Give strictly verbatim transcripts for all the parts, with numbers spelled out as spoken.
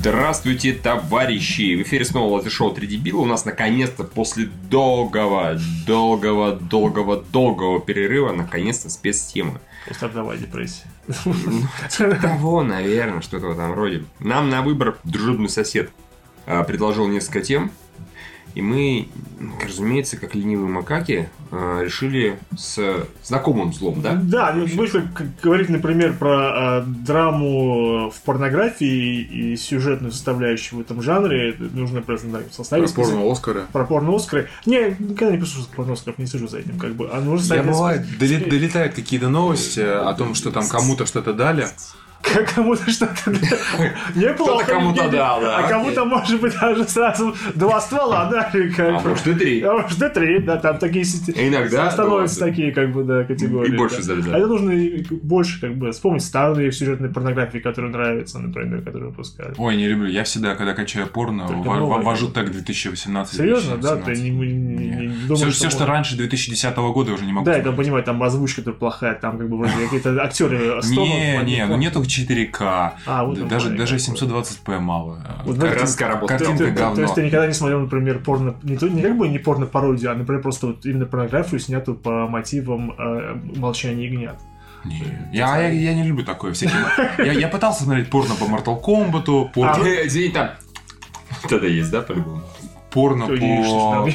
Здравствуйте, товарищи! В эфире снова шоу «Три дебила». У нас наконец-то после долгого, долгого, долгого, долгого перерыва наконец-то спецтема. Пострадовая депрессия. Ну, типа того, наверное, что-то в этом роде. Нам на выбор дружелюбный сосед предложил несколько тем. И мы, разумеется, как ленивые макаки, решили с знакомым злом, да? Да, ну, если говорить, например, про э, драму в порнографии и сюжетную составляющую в этом жанре, нужно просто да, составить... Про порно-Оскары. Про порно-Оскары. Не, никогда не пишу порно-Оскаров, не сижу за этим, как бы. А нужно Я составить... бывает, доли- долетают какие-то новости о том, что там кому-то что-то дали. Кому-то что-то неплохо. Кто-то кому-то дал, да. А кому-то, может быть, даже сразу два ствола дали. А может и три. А может и три, да, там такие иногда становятся такие, как бы, да, категории. И больше залезают. А это нужно больше, как бы, вспомнить старые сюжетные порнографии, которые нравятся, например, которые выпускают. Ой, не люблю. Я всегда, когда качаю порно, ввожу так две тысячи восемнадцатый. Серьезно, да? Ты не думаешь, все, что раньше две тысячи десятого года, уже не могу. Да, я понимаю, там озвучка-то плохая, там, как бы, вроде какие-то актеры. Не, не, ну нету четыре ка. А, вот даже, даже семьсот двадцать пэ мало. Вот краска работает. Картинка говно. То есть ты никогда не смотрел, например, порно... Не, то, не как бы не порно-пародию, а, например, просто вот именно порнографию, снятую по мотивам э, «Молчания ягнят». Не, я, я, я не люблю такое. Всякие... я, я пытался смотреть порно по Mortal Kombat, порно... А, извини, там... Тогда есть, да, по-любому? Порно по...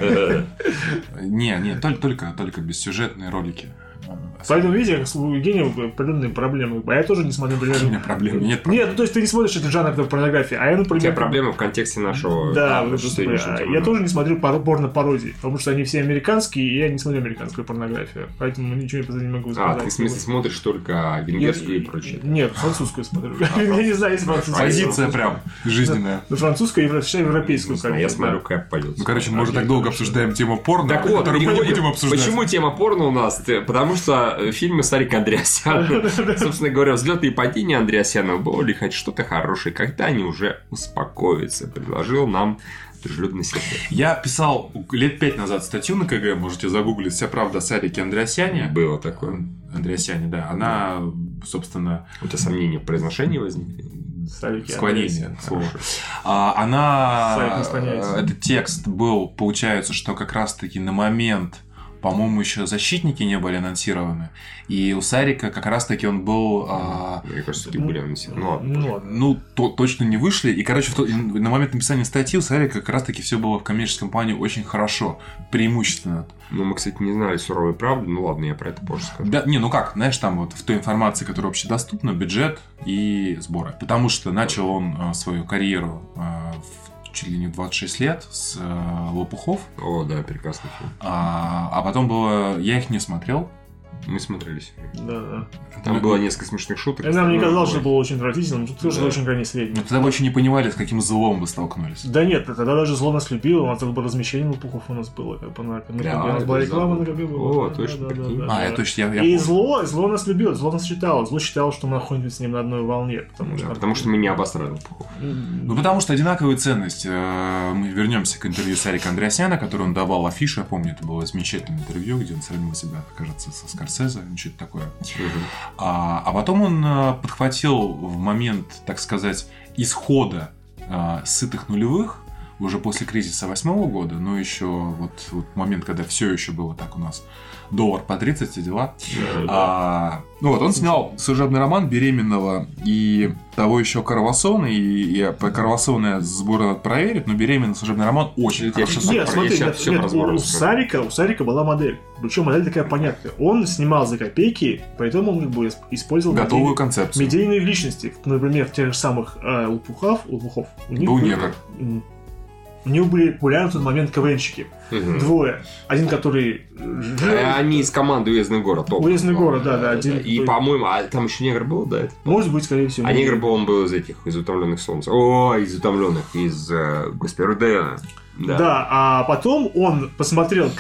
Не, не, только, только бессюжетные ролики. Поэтому, видите, у Евгения определенные проблемы. А я тоже не смотрю, например... У меня проблемы нет. Проблем. Нет, ну, то есть ты не смотришь этот жанр порнографии, а я, например... У тебя проблемы в контексте нашего... Да, а, вы просто, я, я тоже не смотрю порно-пародии, потому что они все американские, и я не смотрю американскую порнографию. Поэтому ничего не могу сказать. А, ты в смысле смотришь только венгерскую и прочее? Нет, французскую смотрю. Я не знаю, если французскую. Позиция прям жизненная. Ну, французскую и европейскую. Я смотрю, как пойдет. Ну, короче, мы уже так долго обсуждаем тему порно, так вот, которую мы не будем обсуждать. Почему тема порно у нас? Потому что фильмы Сарика Андреасяна, собственно говоря, взлеты и падения Андреасяна было хоть что-то хорошее, когда они уже успокоятся, предложил нам дружелюбный сосед. Я писал лет пять назад статью на КГ, можете загуглить «Вся правда о Сарике Андреасяне». Было такое. Андреасяне, да. Она, собственно... У тебя сомнения в произношении возникли? Склонение слова. Она... Этот текст был, получается, что как раз-таки на момент... По-моему, еще «Защитники» не были анонсированы. И у Сарика как раз-таки он был... А... Мне кажется, такие были анонсированы. Ну, ну, ну то, точно не вышли. И, короче, в, на момент написания статьи у Сарика как раз-таки все было в коммерческом плане очень хорошо. Преимущественно. Ну, мы, кстати, не знали суровой правды. Ну, ладно, я про это позже скажу. Да, не, ну как, знаешь, там вот в той информации, которая общедоступна, бюджет и сборы. Потому что начал он а, свою карьеру а, в чуть ли не двадцать шесть лет с э, «Лопухов». О, да, прекрасный фильм. А, а потом было... Я их не смотрел. Мы смотрели сегодня. Да, да. Там ну, было несколько смешных шуток. И нам не казалось, что было очень отвратительно, но тут тоже да. очень крайне средний. Но тогда вы очень не понимали, с каким злом вы столкнулись. Да нет, тогда даже зло нас любило, у нас было размещение Лопухов у нас было. Как бы, на, на, да, у нас была реклама на КГ была. О, точно, да, да, да, А, да. я точно, я, я И помню. зло, зло нас любило, зло нас считало. Зло считало, что мы находимся с ним на одной волне. Потому, да, что... потому что мы не обосрали Лопухов. Ну, потому что одинаковые ценности. Мы вернемся к интервью Сарика Андреасяна, который он давал афишу. Я помню, это было замечательное интервью, где он сравнил себя, кажется, со Скорсезе, что-то такое. А, а потом он а, подхватил в момент, так сказать, исхода а, сытых нулевых, уже после кризиса восьмого года, но еще вот, вот момент, когда все еще было так у нас, доллар по тридцать, все дела. Да, а, ну вот, он снял служебный роман «Беременного» и того еще Карвасона, и, и по Карвасона сборы надо проверить, но «Беременный» служебный роман очень хорошо. Нет, смотри, нет, нет, у, у, Сарика, у Сарика была модель, причем модель такая понятная. Он снимал за копейки, поэтому он как бы использовал готовую медийные, концепцию. Медийные личности. Например, в тех же самых э, Лопухов, Лопухов у них был были, негр. У них были популярны в тот момент КВНщики. Угу. Двое. Один, который... А, они из команды «Уездный город». Топ. «Уездный город», да, да. Один, и, который... по-моему, а там еще негр был, да? Это? Может быть, скорее всего. А негр был, он был из этих, из «Утомленных солнцем». О, из «Утомленных», из, э, господи, Родеона. Да. да, а потом он посмотрел, как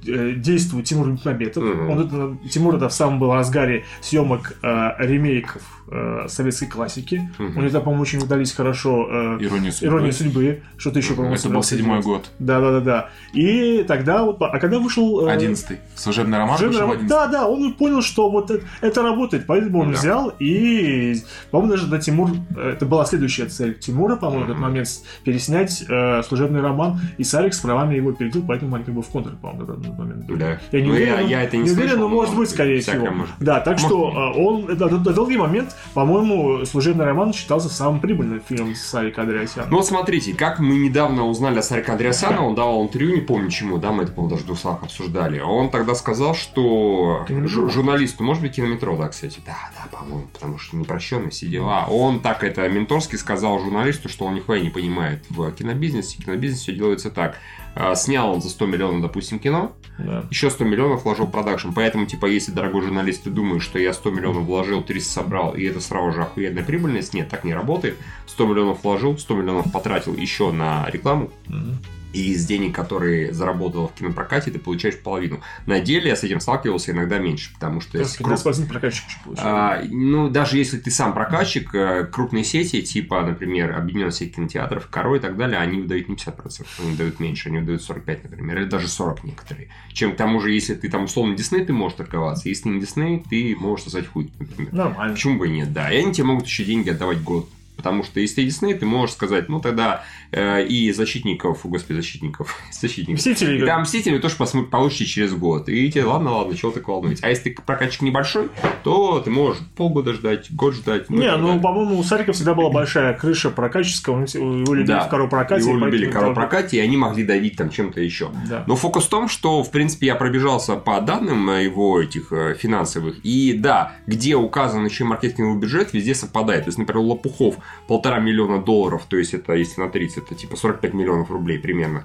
э, действует Тимур Бекмамбетов. Mm-hmm. Он, это, Тимур это в самом был разгаре съемок э, ремейков э, советской классики. Mm-hmm. У него, по-моему, очень удались хорошо э, «Ирония судьбы». «Ирония судьбы». Что-то еще, по-моему, это был седьмой год. Да-да-да. И тогда вот... А когда вышел... Одиннадцатый. Служебный роман Служебный вышел роман. одиннадцатый. Да, да, он понял, что вот это, это работает, поэтому он Да. взял и, по-моему, даже на Тимур... Это была следующая цель Тимура, по-моему, в этот момент переснять э, служебный роман, и Сарик с правами его передел, поэтому они как бы в контуре, по-моему, в этот момент. Да. Я не Ну, уверен, я- но, я это не не уверен, слышал, но может но быть, скорее всякое всего. может быть. Да, так Может что э, он это, на долгий момент, по-моему, служебный роман считался самым прибыльным фильмом Сарика Андреасяна. Ну вот смотрите, как мы недавно узнали о Сарике Андреасяне, он давал интервью, не помню чему, да, мы это, по-моему, даже в двух обсуждали. Он тогда сказал, что жу- журналисту, может быть, кинометро, да, кстати, да, да, по-моему, потому что непрощенные все дела. Он так это менторски сказал журналисту, что он нихуя не понимает в кинобизнесе. В кинобизнесе все делается так. А, Снял он за сто миллионов, допустим, кино, Да. еще сто миллионов вложил в продакшн. Поэтому, типа, если, дорогой журналист, ты думаешь, что я сто миллионов вложил, триста собрал, и это сразу же охуенная прибыльность, нет, так не работает. сто миллионов вложил, сто миллионов потратил еще на рекламу, Мгм. и из денег, которые заработал в кинопрокате, ты получаешь половину. На деле я с этим сталкивался иногда меньше, потому что... если пятнадцать процентов прокатчик еще получил. а, ну, даже если ты сам прокатчик, э, крупные сети, типа, например, Объединенная сеть кинотеатров, Коро и так далее, они выдают не пятьдесят процентов, они выдают меньше, они выдают сорок пять, например, или даже сорок некоторые. Чем к тому же, если ты там условно Дисней, ты можешь торговаться, если не Дисней, ты можешь создать хуй, например. Нормально. Почему бы и нет, да. И они тебе могут еще деньги отдавать год. Потому что если ты Дисней, ты можешь сказать, ну тогда э, и защитников, о, господи, защитников, защитников. Мстители. И там Мстители тоже посмотри, получите через год. И тебе, ладно, ладно, чего так волнуете. А если ты прокатчик небольшой, то ты можешь полгода ждать, год ждать. Ну, и Не, так ну, далее. по-моему, у Сарика всегда была большая крыша прокатчическая, он- его любили Да. в коро-прокате. Его и любили в поэтому- коро-прокате, и они могли давить там чем-то еще. Да. Но фокус в том, что, в принципе, я пробежался по данным его этих э, финансовых, и да, где указан еще маркетинговый бюджет, везде совпадает. То есть, например, у Лопухов полтора миллиона долларов, то есть это, если на тридцать, это типа сорок пять миллионов рублей примерно,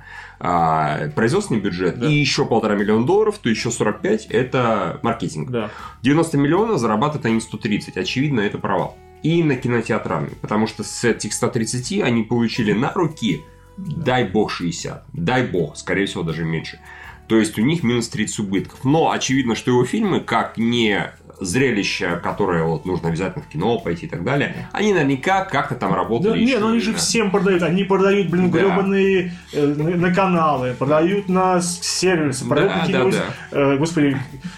а, производственный бюджет, Да. и еще полтора миллиона долларов, то еще сорок пять это маркетинг. Да. девяносто миллионов зарабатывают они сто тридцать, очевидно, это провал. И на кинотеатральный, потому что с этих ста тридцати они получили на руки, дай бог, шестьдесят, дай бог, скорее всего, даже меньше. То есть у них минус тридцать убытков. Но очевидно, что его фильмы, как не зрелище, которое вот нужно обязательно в кино пойти и так далее, они наверняка как-то там работали. Да, не, еще, ну они же да. всем продают. Они продают, блин, Да. гребаные э, на, на каналы, продают на с- сервисы, продают Да, какие-нибудь, да, э, господи,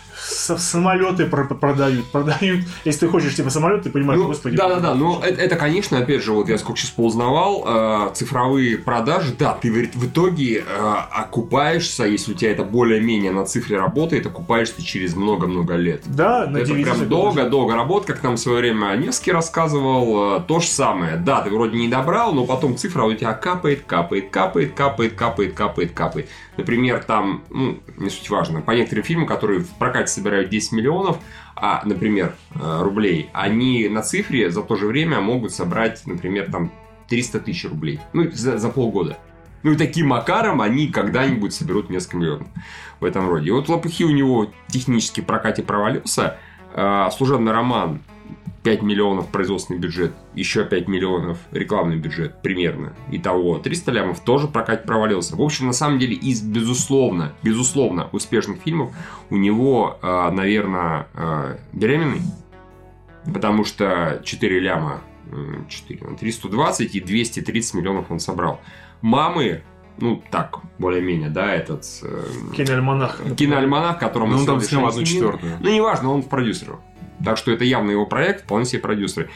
с- самолеты про- продают, продают. Если ты хочешь типа самолет, ты понимаешь, Ну, господи. да, да, да. Но это, это, конечно, опять же, вот я сколько сейчас поузнавал, э, цифровые продажи, да, ты в, в итоге э, окупаешься, если у тебя это более-менее на цифре работает, окупаешься через много-много лет. Да, на Это девяти прям секунд. долго-долго работает, как нам в свое время Невский рассказывал, э, то же самое. Да, ты вроде не добрал, но потом цифра у тебя капает, капает, капает, капает, капает, капает, капает. Например, там, ну, не суть важно, по некоторым фильмам, которые в прокате собирают десять миллионов, а, например, э, рублей, они на цифре за то же время могут собрать, например, там триста тысяч рублей. Ну, за, за полгода. Ну, и таким макаром они когда-нибудь соберут несколько миллионов в этом роде. И вот Лопухи у него технически в прокате провалился. Э, служебный роман пять миллионов производственный бюджет, еще пять миллионов рекламный бюджет примерно. Итого триста лямов тоже в прокате провалился. В общем, на самом деле, из безусловно, безусловно успешных фильмов у него, э, наверное, э, «Беременный», потому что четыре ляма, четыре, триста двадцать и двести тридцать миллионов он собрал. «Мамы», ну, так, более-менее, да, этот... Э, Киноальманах. киноальманах, которому Ну, он там совершенно снял одну не- четвертую. Ну, неважно, он в продюсерах. Так что это явно его проект, вполне себе продюсеры.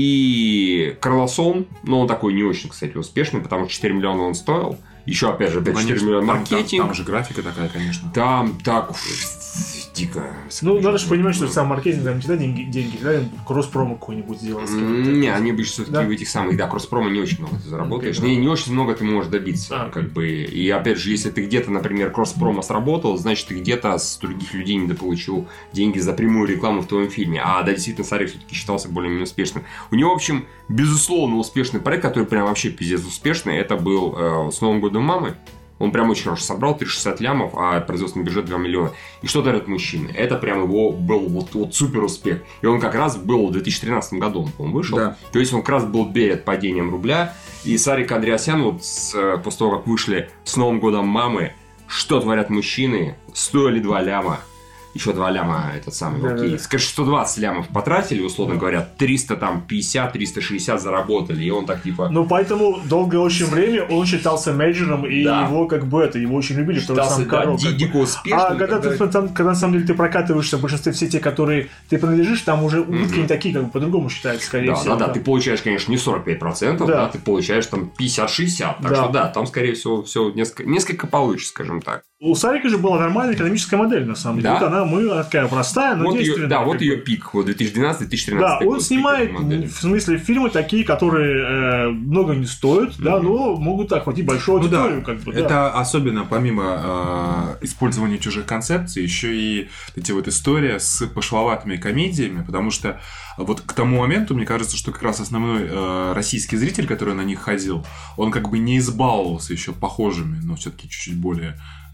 И Карлосон, ну, он такой не очень, кстати, успешный, потому что четыре миллиона он стоил. Еще, опять же, опять четыре Конечно, миллиона там- маркетинг. Там, там же графика такая, конечно. Там так дико. Ну, надо же понимать, что сам маркетинг, там не всегда деньги, деньги, да, кросс-промо какой-нибудь сделал. с кем-то. Не, они бы все-таки Да? в этих самых, да, кросс-промо не очень много ты заработаешь. Окей, не, да. не очень много ты можешь добиться, А, как бы. И опять же, если ты где-то, например, кросс-промо сработал, значит, ты где-то с других людей недополучил деньги за прямую рекламу в твоем фильме. А да, действительно, Сарик все-таки считался более-менее успешным. У него, в общем, безусловно, успешный проект, который прям вообще пиздец успешный, это был э, «С Новым годом мамы». Он прям очень хорошо собрал, триста шестьдесят лямов, а производственный бюджет два миллиона. И что дарит мужчина? Это прям его был вот, вот супер успех. И он как раз был в две тысячи тринадцатом году, он, по-моему, вышел. Да. То есть он как раз был перед падением рубля. И Сарик Андреасян, вот с, после того, как вышли «С Новым годом мамы», что творят мужчины, стоили два ляма. Еще два ляма, этот самый, да, окей. да, да. Скажи, сто двадцать лямов потратили, условно да. говоря, триста пятьдесят - триста шестьдесят заработали, и он так типа... Ну, поэтому долгое очень время он считался мейджором, и да. его как бы это, его очень любили, что считался, сам король. Да, дико успешным. А когда, когда... Ты, там, когда на самом деле ты прокатываешься, в большинстве все те, которые ты принадлежишь, там уже убытки mm-hmm. не такие, как бы по-другому считаются, скорее да, всего. Да, да, да, ты получаешь, конечно, не сорок пять процентов, да. да, ты получаешь там пятьдесят шестьдесят, так да. что да, там, скорее всего, все несколько, несколько получше, скажем так. У Сарика же была нормальная экономическая модель, на самом деле. Да. Вот она, мы, она такая простая, но вот действенная. Ее, да, вот ее пик, вот две тысячи двенадцатый - две тысячи тринадцатый Да, он снимает, в смысле, фильмы такие, которые э, много не стоят, mm-hmm. да, но могут охватить большую аудиторию. Ну, да. как бы, Это да. особенно, помимо э, использования чужих концепций, еще и эти вот история с пошловатыми комедиями, потому что вот к тому моменту, мне кажется, что как раз основной э, российский зритель, который на них ходил, он как бы не избаловался еще похожими, но все-таки чуть-чуть более...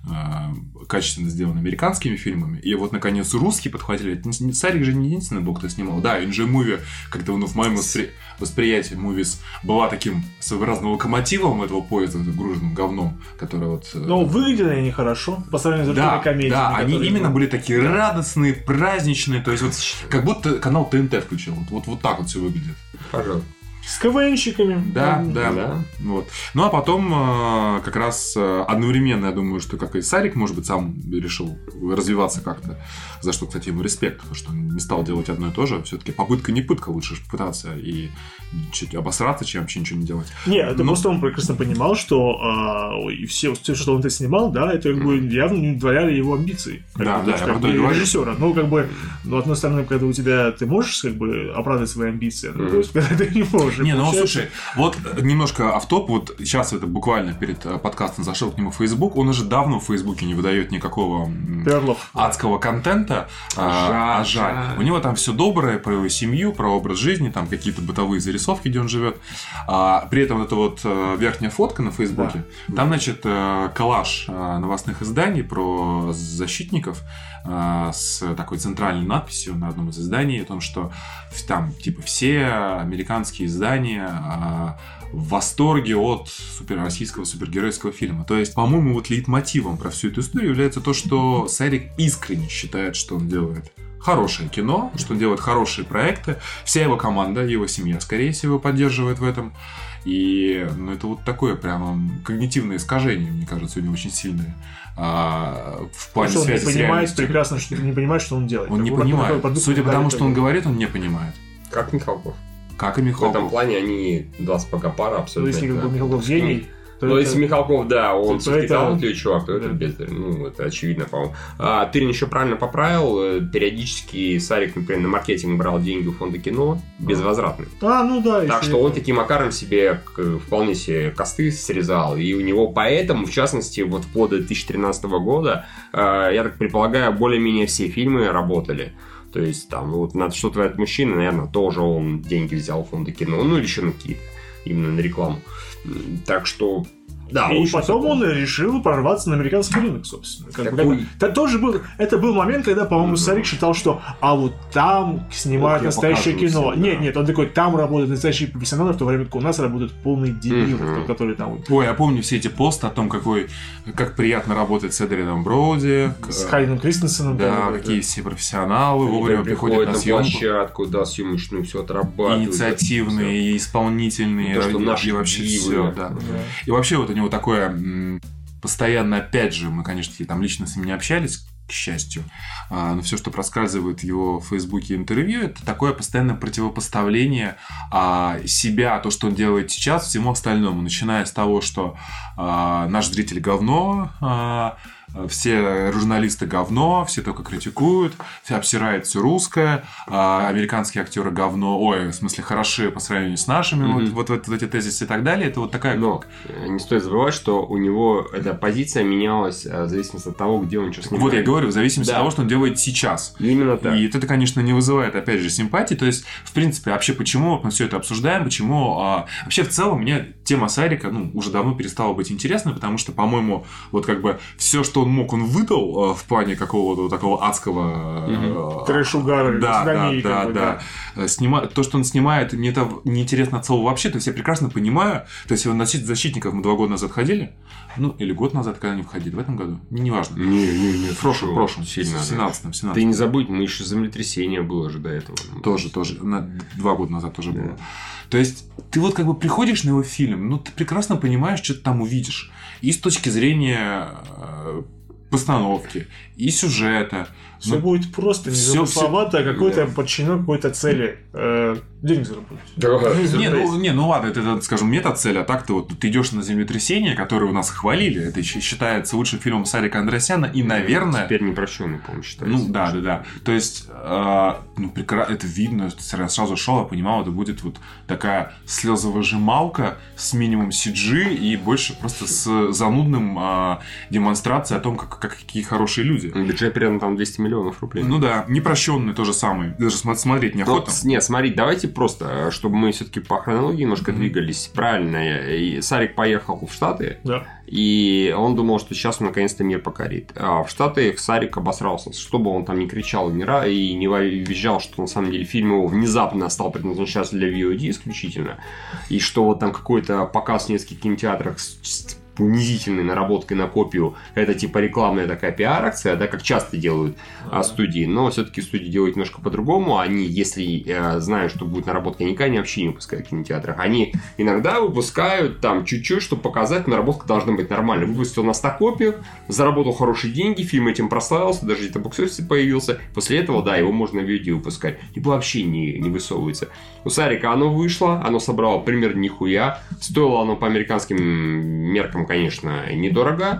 качественно сделан американскими фильмами. И вот, наконец, русские подхватили. Сарик же не единственный был, кто снимал. Да, Инжи Муви, как-то ну, в моем воспри... восприятии Мувис была таким своеобразным локомотивом этого поезда, груженным говном, который вот... Но выглядели они хорошо, по сравнению с другими да, комедиями. Да, они именно были такие да. радостные, праздничные. То есть, вот как будто канал ТНТ включил. Вот, вот, вот так вот все выглядит. Пожалуйста. С КВНщиками. Да, да, да. Вот. Ну, а потом как раз одновременно, я думаю, что как и Сарик, может быть, сам решил развиваться как-то, за что, кстати, ему респект, потому что он не стал делать одно и то же. Все-таки попытка не пытка, лучше попытаться и чуть обосраться, чем вообще ничего не делать. Нет, это Но... просто он прекрасно понимал, что а, и все, все, что он это снимал, да, это как бы явно не удовлетворяли его амбиции. Да, бы, да, как бы, режиссера. Ну, как бы, ну, с одной стороны, когда у тебя ты можешь как бы оправдать свои амбиции, mm-hmm. то есть, когда ты не можешь. Не, ну слушай, вот немножко автоп, вот сейчас это буквально перед подкастом зашел к нему в Facebook, он уже давно в Фейсбуке не выдает никакого Перлов. адского контента, а, а жаль. У него там все доброе про его семью, про образ жизни, там какие-то бытовые зарисовки, где он живет. А, при этом вот эта вот верхняя фотка на Фейсбуке, да. там, значит, коллаж новостных изданий про защитников с такой центральной надписью на одном из изданий о том, что там типа все американские издания в восторге от супер российского супергеройского фильма. То есть, по-моему, вот лейтмотивом про всю эту историю является то, что Сарик искренне считает, что он делает хорошее кино, что он делает хорошие проекты. Вся его команда, его семья, скорее всего, поддерживает в этом. И ну, это вот такое прямо когнитивное искажение, мне кажется, у него очень сильное. А, в плане что связи он не с понимает реальностью. прекрасно, что не понимает, что он делает. Он не понимает. Судя по тому, что он говорит, он не понимает. Как Михалков. Как и Михалков. В этом плане они два спокопара абсолютно. Ну, если как бы Михалков гений... Ну, это... если Михалков, да, он все-таки талантливый чувак, то да. это бездарь. Ну, это очевидно, по-моему. А, Тырин еще правильно поправил. Периодически Сарик, например, на маркетинг брал деньги у фонда кино безвозвратные. А, ну да. Так что он таким макаром себе вполне себе косты срезал. И у него поэтому, в частности, вот вплоть до две тысячи тринадцатого года, я так предполагаю, более-менее все фильмы работали. То есть, там, вот на «Что творят мужчины», наверное, тоже он деньги взял у фонда кино. Ну, или еще на какие-то, именно на рекламу. Так что, да. И потом он решил прорваться на американский рынок, собственно. Как бы, это, тоже был, это был момент, когда, по-моему, mm-hmm. Сарик считал, что а вот там снимают вот настоящее кино. Всем, нет, да. нет, он такой, там работают настоящие профессионалы, в то время как у нас работают полные дебилы, mm-hmm. которые там... Ой, я помню все эти посты о том, какой, как приятно работать с Эдрианом Броуди. С к... Хайденом Кристенсеном. Да, да, какие да. все профессионалы они вовремя приходят на съемку. площадку, да, съемочную, все отрабатывают. Инициативные, и исполнительные, то, что и, наши и вообще дивы, все. Да. Да. И вообще вот у него такое... Постоянно, опять же, мы, конечно, там лично с ним не общались, к счастью, но все, что проскальзывает в его в Фейсбуке интервью, это такое постоянное противопоставление себя, то, что он делает сейчас, всему остальному, начиная с того, что наш зритель говно, все журналисты говно, все только критикуют, все обсирают все русское, а американские актеры говно, ой, в смысле, хороши по сравнению с нашими, mm-hmm. вот, вот, вот эти тезисы и так далее. Это вот такая... Но не стоит забывать, что у него эта позиция менялась в зависимости от того, где он что снимает. Вот я говорю, в зависимости да. от того, что он делает сейчас. Именно так. И это, конечно, не вызывает, опять же, симпатии. То есть, в принципе, вообще, почему мы все это обсуждаем, почему... А... Вообще, в целом, мне тема Сарика, ну, уже давно перестала быть интересной, потому что, по-моему, вот как бы все, что что он мог, он выдал в плане какого-то такого адского... Mm-hmm. Трэш-угара. Да, да, да, да. да. Снима... То, что он снимает, мне это неинтересно от слова вообще. То есть, я прекрасно понимаю. То есть, на «Защитников» мы два года назад ходили. Ну, или год назад, когда они входили. В этом году. Неважно. Не, не, не. В прошлом, в прошлом. Сильно. В семнадцатом, в семнадцатом. Ты не забудь, мы еще землетрясение было же до этого. Тоже, тоже. На... Два года назад тоже да. было. То есть, ты вот как бы приходишь на его фильм, ну, ты прекрасно понимаешь, что ты там увидишь. И с точки зрения постановки, и сюжета. Все ну, будет просто незамысловато, все... какой-то да. подчинено какой-то цели. Э, денег заработать. Да. Не, ну, не, ну ладно, это, это, скажем, мета-цель, а так-то вот ты идешь на «Землетрясение», которое у нас хвалили, это считается лучшим фильмом Сарика Андреасяна, и, наверное... Теперь непрощенный, по-моему, считается. Ну, да, да, да. То есть, э, ну, прекра... это видно, я сразу шел, я понимал, это будет вот такая слезовыжималка с минимум си джи и больше просто с занудным э, демонстрацией о том, как, как, какие хорошие люди. Бюджет примерно там двести миллионов рублей. Ну да, непрощенный то же самое. Даже смотреть неохота. Но, нет, смотри, давайте просто, чтобы мы все-таки по хронологии немножко mm-hmm. двигались. Правильно, и Сарик поехал в Штаты, да. и он думал, что сейчас он наконец-то мир покорит. А в Штаты Сарик обосрался. Чтобы он там не кричал и не визжал, что на самом деле фильм его внезапно стал предназначаться для ви о ди исключительно. И что вот там какой-то показ в нескольких кинотеатрах с унизительной наработкой на копию, это типа рекламная такая пиар-акция, да, как часто делают а, студии, но все-таки студии делают немножко по-другому. Они, если э, знают, что будет наработка, никогда не вообще не выпускают в кинотеатрах. Они иногда выпускают там чуть-чуть, чтобы показать, наработка должна быть нормальной. Выпустил на ста копиях, заработал хорошие деньги, фильм этим прославился, даже где-то в бокс-офисе появился. После этого, да, его можно в ви о ди выпускать. Типа вообще не, не высовывается. У Сарика оно вышло, оно собрало примерно нихуя. Стоило оно по американским меркам, конечно, недорого.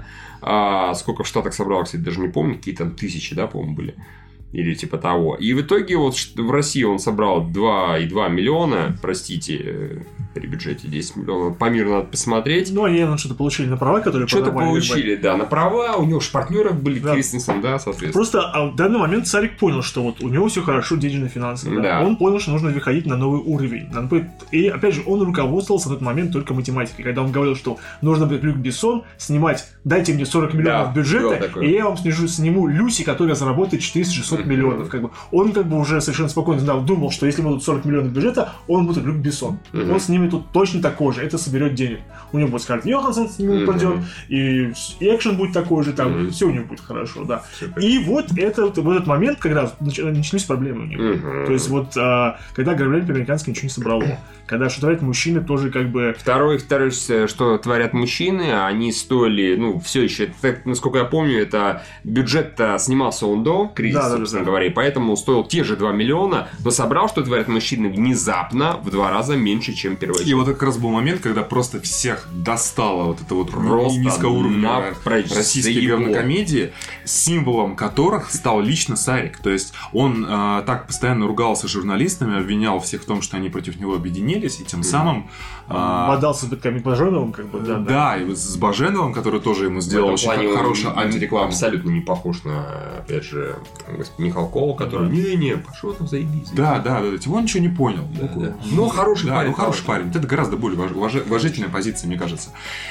А сколько в Штатах собрало, кстати, даже не помню. Какие-то там тысячи, да, по-моему, были. Или типа того. И в итоге вот в России он собрал два и два миллиона. Простите, при бюджете десять миллионов. По миру надо посмотреть. Ну, они, наверное, что-то получили на права, которые Что-то получили, да, на права. У него же партнеры были, да. Кристенсен, да, соответственно. Просто а в данный момент Сарик понял, что вот у него все хорошо денежно-финансово. Да. Да. Он понял, что нужно выходить на новый уровень. И, опять же, он руководствовался в тот момент только математикой. Когда он говорил, что нужно быть Люк Бессон, снимать, дайте мне сорок миллионов да, бюджета, и я вам снижу, сниму Люси, которая заработает четыреста-шестьсот миллионов. Как бы. Он как бы уже совершенно спокойно знал, думал, что если будут сорок миллионов бюджета, он будет Люк Бессон. Mm-hmm. Он снимет тут точно такой же, это соберет денег. У него будет Скарлетт Йоханссон с ним упадет, mm-hmm. и, и экшен будет такой же, там mm-hmm. все у него будет хорошо, да. Super. И вот это вот в этот момент, когда начались проблемы у него. Mm-hmm. То есть вот а, когда «Ограбление по-американски» ничего не собрало. Когда «Что творят мужчины» тоже как бы... Второй, второй, что творят мужчины, они стоили, ну, все еще, это, насколько я помню, это бюджет-то снимался он до кризиса, да, собственно да, говоря, и поэтому стоил те же два миллиона, но собрал «Что творят мужчины» внезапно в два раза меньше, чем первый. И вот как раз был момент, когда просто всех достало вот это вот низкоуровневая российские говнокомедии, символом которых стал лично Сарик. То есть он э, так постоянно ругался с журналистами, обвинял всех в том, что они против него объединились, и тем самым... Бодался с Баженовым, как бы, да. Да, да, и с Баженовым, который тоже ему сделал очень хорошую антирекламу. Абсолютно не похож на, опять же, Михалкова, который не-не, пошел там заебись. Да, да, да, его ничего не понял. Да, ну, да. Но хороший да, парень. Ну, хороший парень. Это гораздо более уважительная позиция, мне кажется.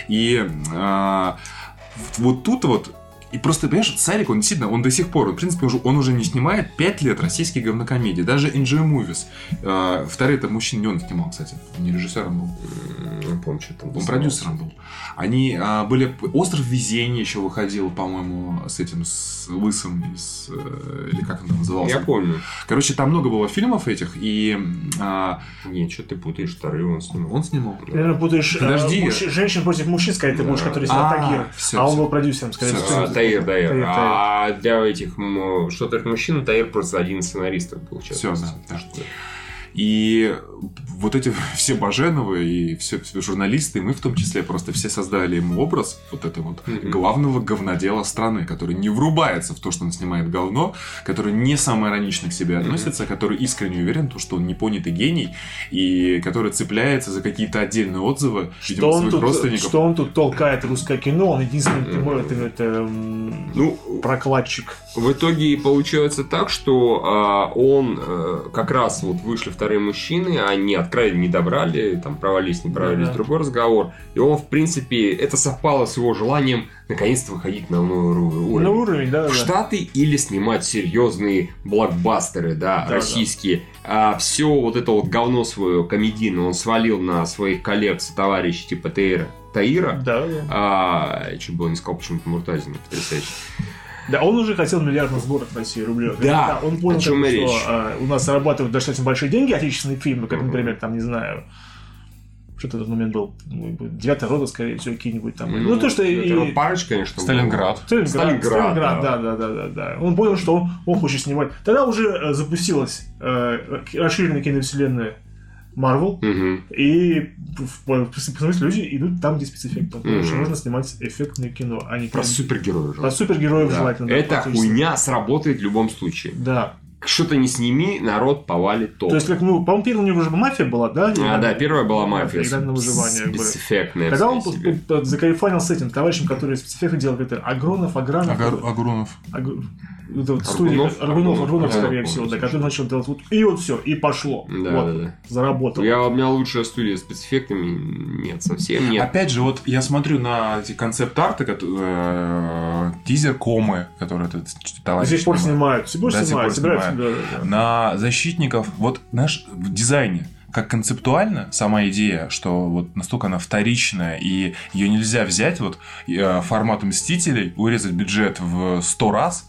И а, вот тут вот и просто, понимаешь, Сарик, он действительно, он до сих пор, в принципе, уже, он уже не снимает пять лет российские говнокомедии. Даже Enjoy Movies. Э, вторые-то мужчин не он снимал, кстати. Не режиссером был. Не помню, что там. Он продюсером был. Они э, были... «Остров везения» еще выходил, по-моему, с этим, с Лысым, с, э, или как он там назывался. Я помню. Короче, там много было фильмов этих, и... Э, Нет, что ты путаешь, вторые он снимал. Он снимал. Ты, наверное, путаешь Подожди. Э, муж... женщин против мужчин, скорее, ты будешь, да. который снял Тагир. А, а он был продюсером, скорее всего. Таир, Таир. А для этих, что творят мужчины, Таир просто один из сценаристов был. Все, да. да. И вот эти все Баженовы и все, все журналисты, и мы в том числе просто все создали ему образ вот этого вот mm-hmm. главного говнодела страны, который не врубается в то, что он снимает говно, который не самоиронично к себе относится, mm-hmm. который искренне уверен, что он непонятый гений, и который цепляется за какие-то отдельные отзывы, видимо, своих тут, родственников. Что он тут толкает русское кино, он единственный mm-hmm. это, это, это, ну, прокладчик. В итоге получается так, что а, он а, как раз вот вышли вторые вторые мужчины, они откровенно не добрали, там провалились, не провалились, да, да. другой разговор. И он, в принципе, это совпало с его желанием наконец-то выходить на новый уровень. На уровень, да, в да. Штаты или снимать серьезные блокбастеры, да, да российские. Да. А все вот это вот говно свое комедийное он свалил на своих коллег, товарищей типа Таира. Таира. Да, да. А, чуть было не сказал почему-то Муртазина, потрясающе. Да, он уже хотел миллиардных сборов в России рублей. Да, он понял, о чем как, речь. Что а, у нас зарабатывают достаточно большие деньги отечественные фильмы, как, например, там, не знаю, что-то этот момент был, «Девятая рота», скорее всего, какие-нибудь там. Ну, ну то, что и... Парочка, конечно. Сталинград. Сталинград, Сталинград, Сталинград да. Да, да, да, да. Он понял, что он, он хочет снимать. Тогда уже э, запустилась э, расширенная киновселенная Marvel, угу. и в, в, в смысле люди идут там, где спецэффекты. Потому угу. что нужно снимать эффектное кино. А не про кино. супергероев. Про супергероев да. желательно. Да, Эта хуйня сработает в любом случае. Да. Что-то не сними, народ повалит топ. То есть, как, ну, по-моему, первая у него уже «Мафия» была, да? А, да, первая была «Мафия». Игра на выживание. Спецэффектная. Когда он закайфанил с этим товарищем, который спецэффекты делал, это Агронов, Агранов. Агронов. Это вот студия Аргунов, Аргунов, скорее всего, да, который начал делать вот, и вот все, и пошло. Да, вот, да, да. Заработал. Я, у меня лучшая студия с спецэффектами, нет, совсем нет. Опять же, вот я смотрю на эти концепт-арты, э, тизер комы, которые этот товарищ до сих пор снимают, до да, снимают, снимают. Да, да, да. На защитников, вот, знаешь, в дизайне, как концептуально сама идея, что вот настолько она вторичная, и ее нельзя взять вот формат «Мстителей», урезать бюджет в сто раз,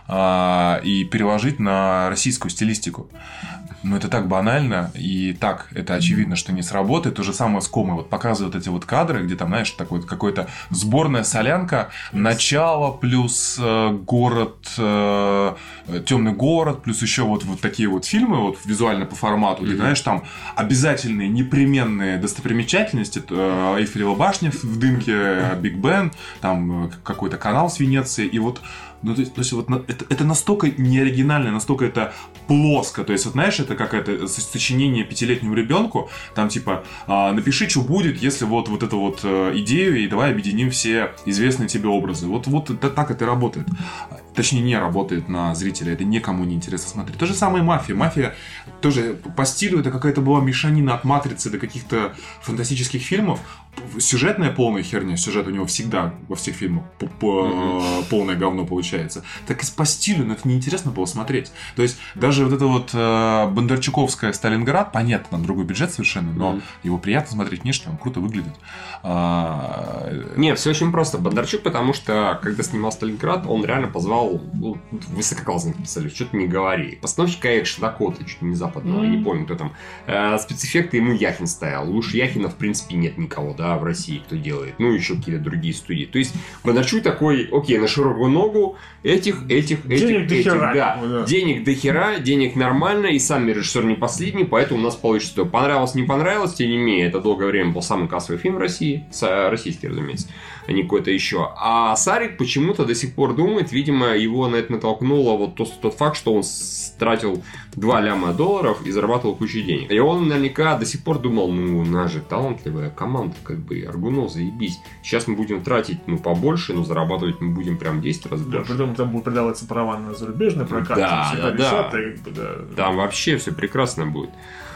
и переложить на российскую стилистику. Но это так банально, и так это очевидно, что не сработает. То же самое с комой. Вот показывают эти вот кадры, где там, знаешь, такой какой-то сборная солянка, начало плюс э, город, э, темный город, плюс еще вот, вот такие вот фильмы, вот визуально по формату, mm-hmm. где, знаешь, там обязательные непременные достопримечательности, э, Эйфелева башня в дымке, Биг Бен, там какой-то канал с Венецией, и вот ну, то есть, то есть вот это, это настолько неоригинально, настолько это плоско. То есть, вот знаешь, это как это сочинение пятилетнему ребенку. Там типа э, напиши, что будет, если вот, вот эту вот э, идею, и давай объединим все известные тебе образы. Вот, вот это, так это и работает. Точнее, не работает на зрителя. Это никому не интересно смотреть. То же самое «Мафия». «Мафия» тоже по стилю это какая-то была мешанина от «Матрицы» до каких-то фантастических фильмов. Сюжетная полная херня. Сюжет у него всегда во всех фильмах mm-hmm. полное говно получается. Так и по стилю, но это неинтересно было смотреть. То есть даже вот это вот э, бондарчуковская «Сталинград», понятно, там другой бюджет совершенно, но mm-hmm. его приятно смотреть внешне, он круто выглядит. А... Нет, все очень просто. Бондарчук, потому что когда снимал «Сталинград», он реально позвал ну, высококлассных специалистов, что-то не говори. Постановщик Аэкш Дакота, чуть не западного, mm-hmm. я не помню, кто там. Э, спецэффекты ему Яхин стоял. Лучше Яхина, в принципе, нет никого, да, в России, кто делает. Ну, еще какие-то другие студии. То есть, Бондарчук такой, окей, на широкую ногу, этих, этих, этих, денег этих, до хера. Да. Да. Денег до хера, денег нормально, и сам режиссер не последний, поэтому у нас получится то. Понравилось, не понравилось, тем не менее, это долгое время был самый кассовый фильм в России, российский, разумеется, а не какой-то еще. А Сарик почему-то до сих пор думает, видимо, его на это натолкнуло вот тот, тот факт, что он тратил два ляма долларов и зарабатывал кучу денег. И он наверняка до сих пор думал, ну, у нас же талантливая команда, как бы, Аргунов, заебись. Сейчас мы будем тратить, ну, побольше, но зарабатывать мы будем прям десять раз больше. Да, притом там будут продаваться права на зарубежный прокат. Да, да, решат, да. И, да. Там вообще все прекрасно будет.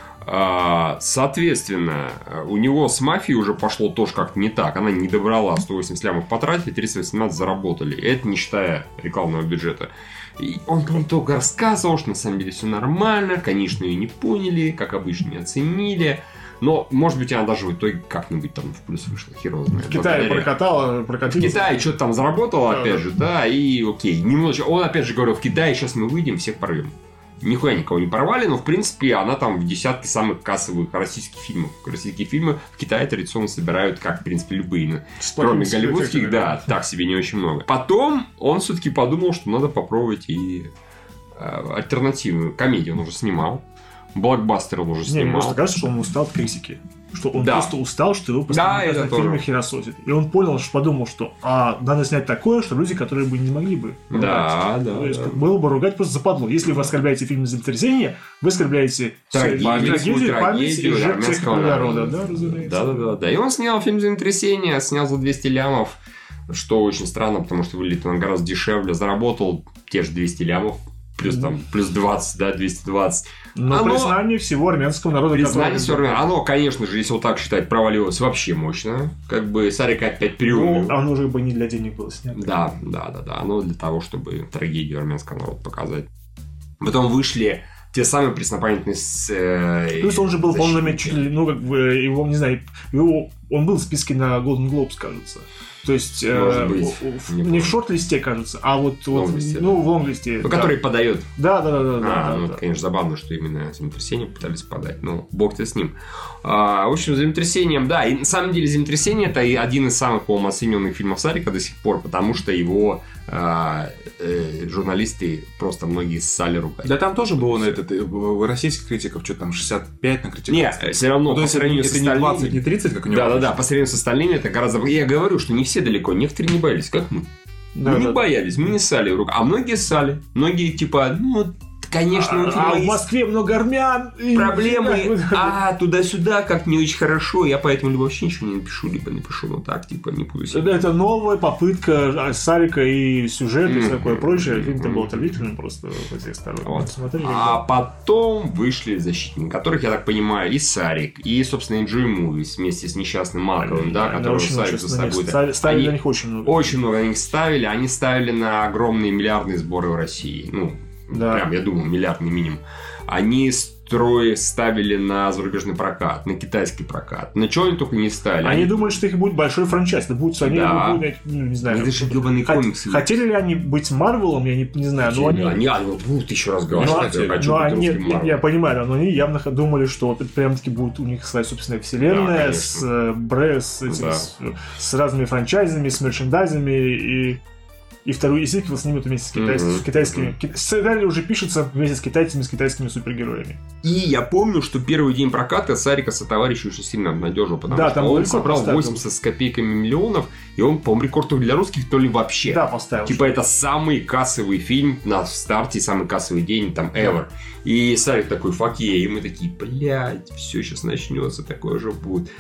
Соответственно, у него с «Мафией» уже пошло тоже как-то не так. Она не добрала, сто восемьдесят лямов потратили, триста восемнадцать заработали. Это не считая рекламного бюджета. И он там только рассказывал, что на самом деле все нормально, конечно, ее не поняли, как обычно, не оценили. Но, может быть, она даже в итоге как-нибудь там в плюс вышла, хер его знает. В Китае прокатала, прокатилась. В Китае что-то там заработало, да, опять да. же, да, и окей. Немножечко. Он опять же говорил, в Китае сейчас мы выйдем, всех порвем. Нихуя никого не порвали, но, в принципе, она там в десятке самых кассовых российских фильмов. Российские фильмы в Китае традиционно собирают, как, в принципе, любые. Кроме голливудских, да, так себе не очень много. Потом он все-таки подумал, что надо попробовать и э, альтернативную комедию. Он уже снимал. Блокбастер он уже снимал. Мне просто кажется, что он устал от критики. Что он да. просто устал, что его постоянно да, в фильме херососит. И он понял, что подумал, что а, надо снять такое, что люди, которые бы не могли бы ругать. Да, да. То есть да. было бы ругать просто западло. Если вы оскорбляете фильм «Землетрясение», вы оскорбляете трагедию, память и жертв всякого народа. Да, разумеется. Да, да, да, да. И он снял фильм «Землетрясение», снял за двести лямов, что очень странно, потому что выглядит он гораздо дешевле, заработал те же двести лямов. плюс, mm-hmm. там, плюс двадцать, да, двести двадцать. Но оно... признание всего армянского народа. Признание всего армянского. Оно, конечно же, если вот так считать, провалилось вообще мощно. Как бы Сарик опять переумел. Ну, оно уже бы не для денег было снято. Да, да, да, да. Оно для того, чтобы трагедию армянского народа показать. Потом вышли те самые преснопамятные... Э, Плюс он же был полными, ну, как бы, его, не знаю, его, он был в списке на Golden Globes, кажется. То есть, э, в, не, не в шорт-листе, кажется, а вот, вот ну, в лонг-листе. Ну, да. который подает. Да, да, да, да. А, да, ну, да, это, да. конечно, забавно, что именно землетрясение пытались подать. Но бог-то с ним. А, в общем, землетрясением, да. И на самом деле землетрясение это один из самых, по-моему, оцененных фильмов Сарика до сих пор, потому что его а, э, журналисты просто многие ссали рукой. Да, там тоже было на этот, у российских критиков что-то там шестьдесят пять на критиков. Нет, все равно. Ну, то есть это, это не двадцать, не тридцать, как у него. Да, да, да. По сравнению с остальными это гораздо. Я говорю, что не все далеко. Некоторые не боялись, как мы. Да, мы да, не боялись, мы не ссали в руку. А многие ссали. Многие типа, ну, конечно, у а, а в Москве много армян. Проблемы, а туда-сюда, как не очень хорошо. Я поэтому либо вообще ничего не напишу, либо напишу, ну так, типа, не буду себе. Это новая попытка Сарика и сюжет, и такое прочее. Фильм-то был отвратительным просто во всех сторонах. Вот. А потом вышли защитники, которых, я так понимаю, и Сарик, и, собственно, Enjoy Movies вместе с несчастным Малковым, да, которого Сарик за собой... Ставили на них очень много. Очень много на них ставили. Они ставили на огромные миллиардные сборы в России. Ну, да. Прям, я думаю, миллиардный минимум. Они строи ставили на зарубежный прокат, на китайский прокат. На чего они только не ставили. Они, они... думали, что их будет большой франчайз. Да будут они, да. будут, ну, не знаю. Это же ебаные Хот... комиксы. Хотели ли они быть Марвелом, я не, не знаю. Хотели, но они... они, они будут еще раз говорить. Но, но они, я, я понимаю, но они явно думали, что вот это прям-таки будет у них своя собственная вселенная, да, с, бре, с, этим, да. с, с разными франчайзами, с мерчендайзами и... И вторую сиквел снимут вместе с, китайс... mm-hmm. с китайскими... Mm-hmm. Сценарий уже пишется вместе с китайцами, с китайскими супергероями. И я помню, что первый день проката Сарика сотоварища очень сильно обнадежил, потому да, что он собрал поставил. восемьдесят с копейками миллионов, и он, по-моему, рекорд то ли для русских, то ли вообще. Да, поставил. Типа это самый кассовый фильм на старте, самый кассовый день, там, ever. Да. И Сарик такой, фак е, и мы такие, блядь, все сейчас начнется, такое же будет.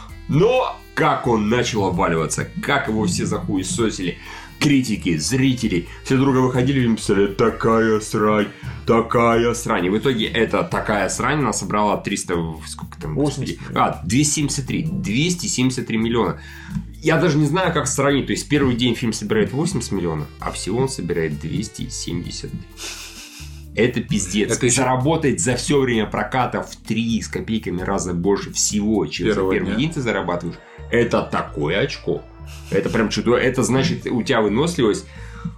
Но как он начал обваливаться, как его все захуесосили. Критики, зрители, все друга выходили и писали: такая срань, такая срань. И в итоге эта такая срань она собрала триста... Сколько там? восемьдесят. А, двести семьдесят три. двести семьдесят три миллиона. Я даже не знаю, как сравнить. То есть, первый день фильм собирает восемьдесят миллионов, а всего он собирает двести семьдесят три. Это пиздец. Это еще... Заработать за все время проката в три с копейками раза больше всего, чем за первый дня. день ты зарабатываешь. Это такое очко. Это прям чудо. Это значит, у тебя выносливость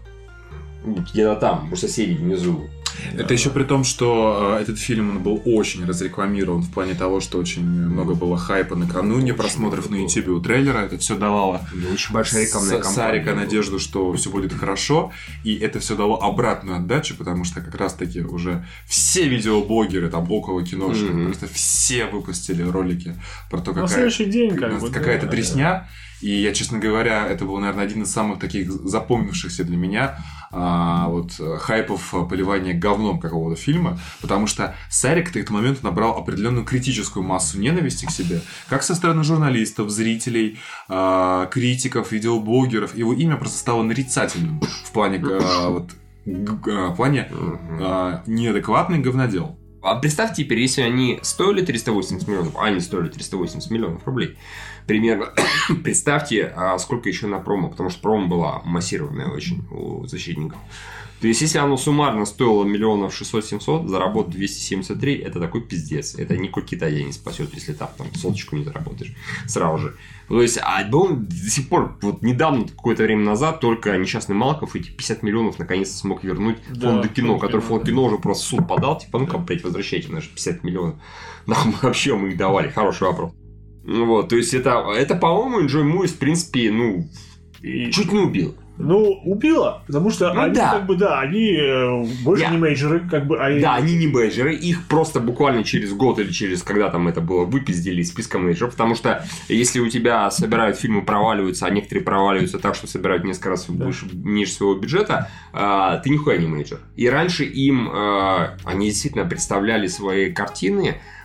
где-то там, у соседей внизу. Это еще при том, что э, этот фильм он был очень разрекламирован в плане того, что очень много было хайпа накануне очень просмотров на YouTube у трейлера. Это все давало очень большая рекламная кампания. Сарика надежду, что все будет хорошо. И это все дало обратную отдачу, потому что как раз-таки уже все видеоблогеры там около киношных, mm-hmm. просто все выпустили ролики про то, какая, следующий день, как бы, какая-то да, дресня. И я, честно говоря, это был, наверное, один из самых таких запомнившихся для меня а, вот, хайпов поливания говном какого-то фильма, потому что Сарик к этому моменту набрал определенную критическую массу ненависти к себе, как со стороны журналистов, зрителей, а, критиков, видеоблогеров. Его имя просто стало нарицательным в плане, а, вот, г- в плане а, неадекватный говнодел. А представьте теперь, если они стоили триста восемьдесят миллионов, а они стоили триста восемьдесят миллионов рублей, примерно, представьте, а сколько еще на промо, потому что промо была массированная очень у защитников. То есть, если оно суммарно стоило миллионов шестьсот-семьсот, заработать двести семьдесят три, это такой пиздец. Это никакой Китай не спасет, если там, там соточку не заработаешь сразу же. То есть, а он до сих пор, вот недавно, какое-то время назад, только несчастный Малков эти пятьдесят миллионов наконец-то смог вернуть да, фонду кино, фонд который кино, фонд да. кино уже просто в суд подал, типа, ну-ка, блядь, возвращайте наши пятьдесят миллионов. Нам вообще мы их давали, хороший вопрос. Вот, то есть, это, это по-моему, Enjoy Movies, в принципе, ну, и... чуть не убил. Ну, убило, потому что ну, они, да. как бы, да, они э, больше Я... не мейджеры, как бы, а... Да, они не мейджеры, их просто буквально через год или через, когда там это было, выпиздили из списка мейджеров, потому что если у тебя собирают фильмы, проваливаются, а некоторые проваливаются так, что собирают несколько раз да. выше, ниже своего бюджета, э, ты нихуя не мейджер. И раньше им, э, они действительно представляли свои картины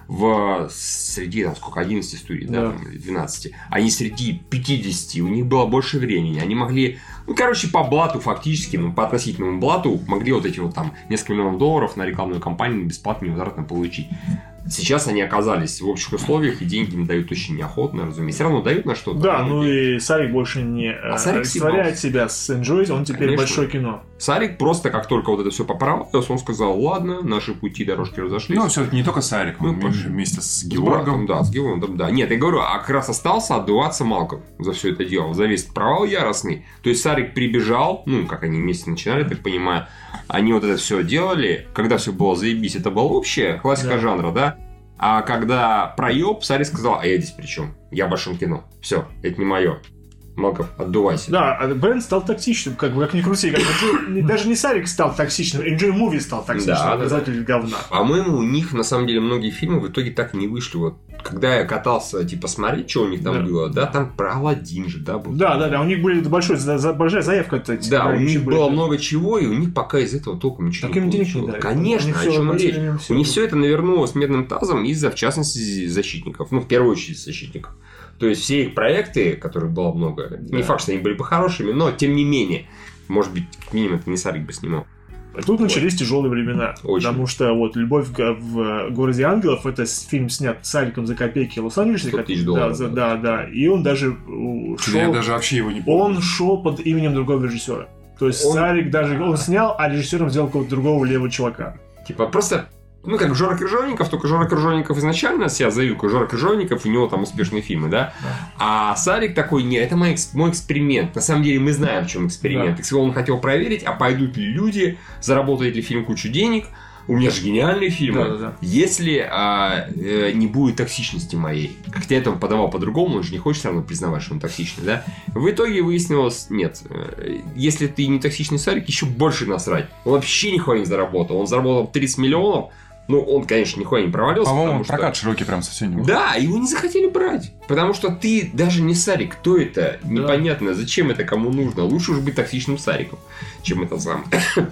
в среди, там, сколько, одиннадцати студий, да, да там, или двенадцати, они среди пятидесяти, у них было больше времени, они могли, ну, короче, по блату фактически, ну, по относительному блату, могли вот эти вот там несколько миллионов долларов на рекламную кампанию бесплатно, невозвратно получить. Сейчас они оказались в общих условиях, и деньги им дают очень неохотно, разумеется. Все равно дают на что-то. Да, ну и Сарик больше не а олицетворяет себя с Enjoy, он теперь Конечно. большое кино. Сарик просто, как только вот это все поправилось, он сказал, ладно, наши пути, дорожки разошлись. Ну, все-таки не только Сарик, он ну, вместе с Георгом. Да, с Георгом, да. Нет, я говорю, а как раз остался отдуваться Малков за все это дело, за весь провал яростный. То есть Сарик прибежал, ну, как они вместе начинали, так понимаю, они вот это все делали, когда все было заебись, это была общая классика да. жанра, да? А когда проеб, Сарик сказал, а я здесь при чем? Я в большом кино. Все, это не мое. Малков, отдувайся. Да, а Брэнд стал токсичным, как бы, как ни крути. Как бы, даже не Сарик стал токсичным, Enjoy Movie стал токсичным, да, показатель да. говна. По-моему, у них, на самом деле, многие фильмы в итоге так и не вышли. Вот, когда я катался, типа, смотреть, что у них там да. было, да, там про Аладдин же, да, был. Да, да, да, у них были большой, большая заявка. Кстати, да, у них было были. много чего, и у них пока из этого толком ничего так не получилось. Да, конечно, о чем речь. У них все это навернулось медным тазом из-за, в частности, защитников. Ну, в первую очередь, защитников. То есть, все их проекты, которых было много, да. не факт, что они были бы хорошими, но, тем не менее, может быть, к минимум, это не Сарик бы снимал. Тут вот. начались тяжелые времена. Очень. Потому что вот «Любовь в городе ангелов» — это фильм снят Сариком за копейки в Лос-Анджелесе. сто тысяч долларов. Да, да, да. И он даже шел... Я даже вообще его не помню. Он шел под именем другого режиссера. То есть, он... Сарик даже... Он снял, а режиссером сделал какого-то другого левого чувака. Типа, просто... Ну, как Жора Крыжовников, только Жора Крыжовников изначально себя заявил, как Жора Крыжовников, у него там успешные фильмы, да? да. А Сарик такой, нет, это мой, мой эксперимент. На самом деле мы знаем, в чем эксперимент. Да. Он хотел проверить, а пойдут ли люди, заработает ли фильм кучу денег. У меня же гениальные фильмы. Да, да, да. Если а, э, не будет токсичности моей. Хотя это он подавал по-другому, он же не хочет все равно признавать, что он токсичный, да? В итоге выяснилось, нет. Если ты не токсичный Сарик, еще больше насрать. Он вообще нихуя не заработал. Он заработал тридцать миллионов. Ну, он, конечно, нихуя не провалился. По-моему, прокат что... широкий прям совсем не был. Да, его не захотели брать. Потому что ты даже не Сарик. Кто это? Да. Непонятно. Зачем это кому нужно? Лучше уж быть токсичным Сариком, чем это сам.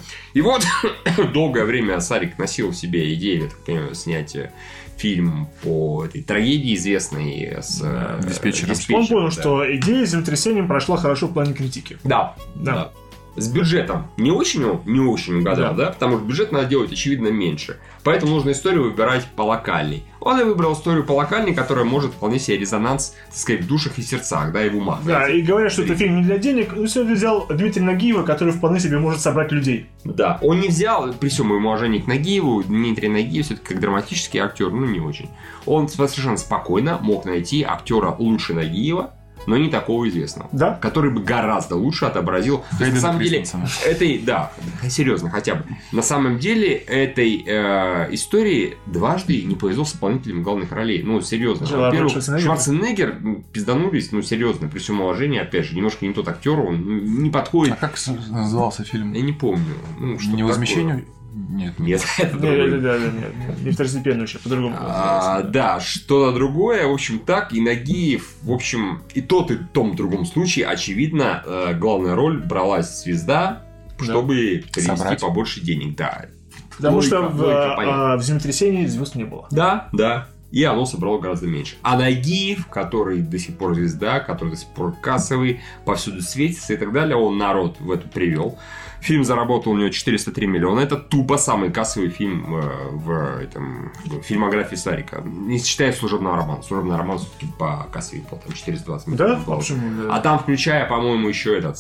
И вот долгое время Сарик носил в себе идею, я так понимаю, снять фильм по этой трагедии известной с да, диспетчером. Он понял, да. что идея с землетрясением прошла хорошо в плане критики. Да, да. да. С бюджетом не очень, не очень угадал, да. да, потому что бюджет надо делать, очевидно, меньше. Поэтому нужно историю выбирать по локальной. Он и выбрал историю по локальной, которая может вполне себе резонанс, так сказать, в душах и сердцах, да, и в умах. Да, и говорят, что это фильм не для денег, но все-таки взял Дмитрия Нагиева, который вполне себе может собрать людей. Да, он не взял, при всем моему уважении к Нагиеву, Дмитрий Нагиев все-таки как драматический актер, ну не очень. Он совершенно спокойно мог найти актера лучше Нагиева, но не такого известного, да? который бы гораздо лучше отобразил. То есть, на самом деле, этой, да, серьезно, хотя бы. На самом деле, этой э, истории дважды не повезло с исполнителями главных ролей. Ну, серьезно. Во-первых, Шварценеггер. Шварценеггер пизданулись, ну, серьезно, при всем уважении, опять же, немножко не тот актер, он не подходит. А как назывался фильм? Я не помню. Ну, что не возмещению? Нет, нет, это нет, другой. Нет, да, да, нет, не второстепенно еще, по-другому. А, да, что-то другое, в общем, так, и Нагиев, в общем, и тот, и в том другом случае, очевидно, главная роль бралась звезда, чтобы да. привести Собрать. побольше денег, да. Потому логика, что в, а, в землетрясении звезд не было. Да, да. И оно собрало гораздо меньше. А Нагиев, который до сих пор звезда, который до сих пор кассовый, повсюду светится и так далее, он народ в это привел. Фильм заработал у него четыреста три миллиона. Это тупо самый кассовый фильм в, в, этом, в фильмографии Сарика. Не считая «Служебного романа». «Служебный роман» все-таки по кассовый был, там четыреста двадцать миллионов. Да? Общем, да. А там, включая, по-моему, еще этот,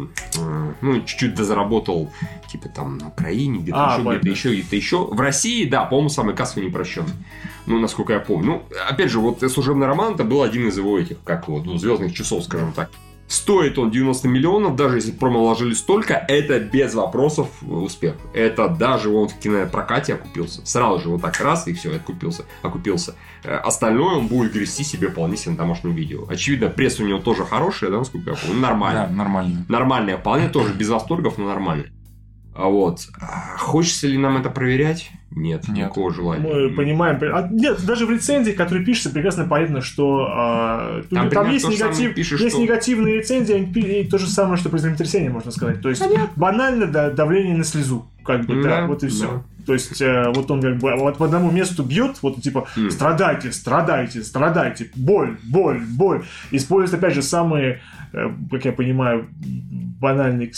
ну, чуть-чуть дозаработал, типа там на Украине, где-то а, еще, где-то еще, где-то еще. В России, да, по-моему, самый кассовый непрощенный. Ну, насколько я помню. Ну, опять же, вот «Служебный роман» это был один из его этих, как вот, ну, звездных часов, скажем так. Стоит он девяносто миллионов, даже если промо вложили столько, это без вопросов успех. Это даже он в кинопрокате окупился. Сразу же вот так раз, и все, окупился. окупился. Остальное он будет грести себе вполне себе на домашнем видео. Очевидно, пресс у него тоже хорошая, да, насколько я помню. Нормально. Да, нормально. Нормальная, вполне тоже без восторгов, но нормально. А вот, хочется ли нам это проверять? Нет, нет, никакого желания. Мы понимаем. А, нет, даже в рецензии, которые пишутся, прекрасно понятно, что а, там, там есть, негатив, пишешь, есть что... негативные рецензии, и то же самое, что про землетрясение, можно сказать. То есть, понятно. Банально да, давление на слезу. Как бы, да, да вот и все. Да. То есть, э, вот он как бы вот по одному месту бьет, вот типа, mm. страдайте, страдайте, страдайте, боль, боль, боль. Использует, опять же, самые, э, как я понимаю, банальные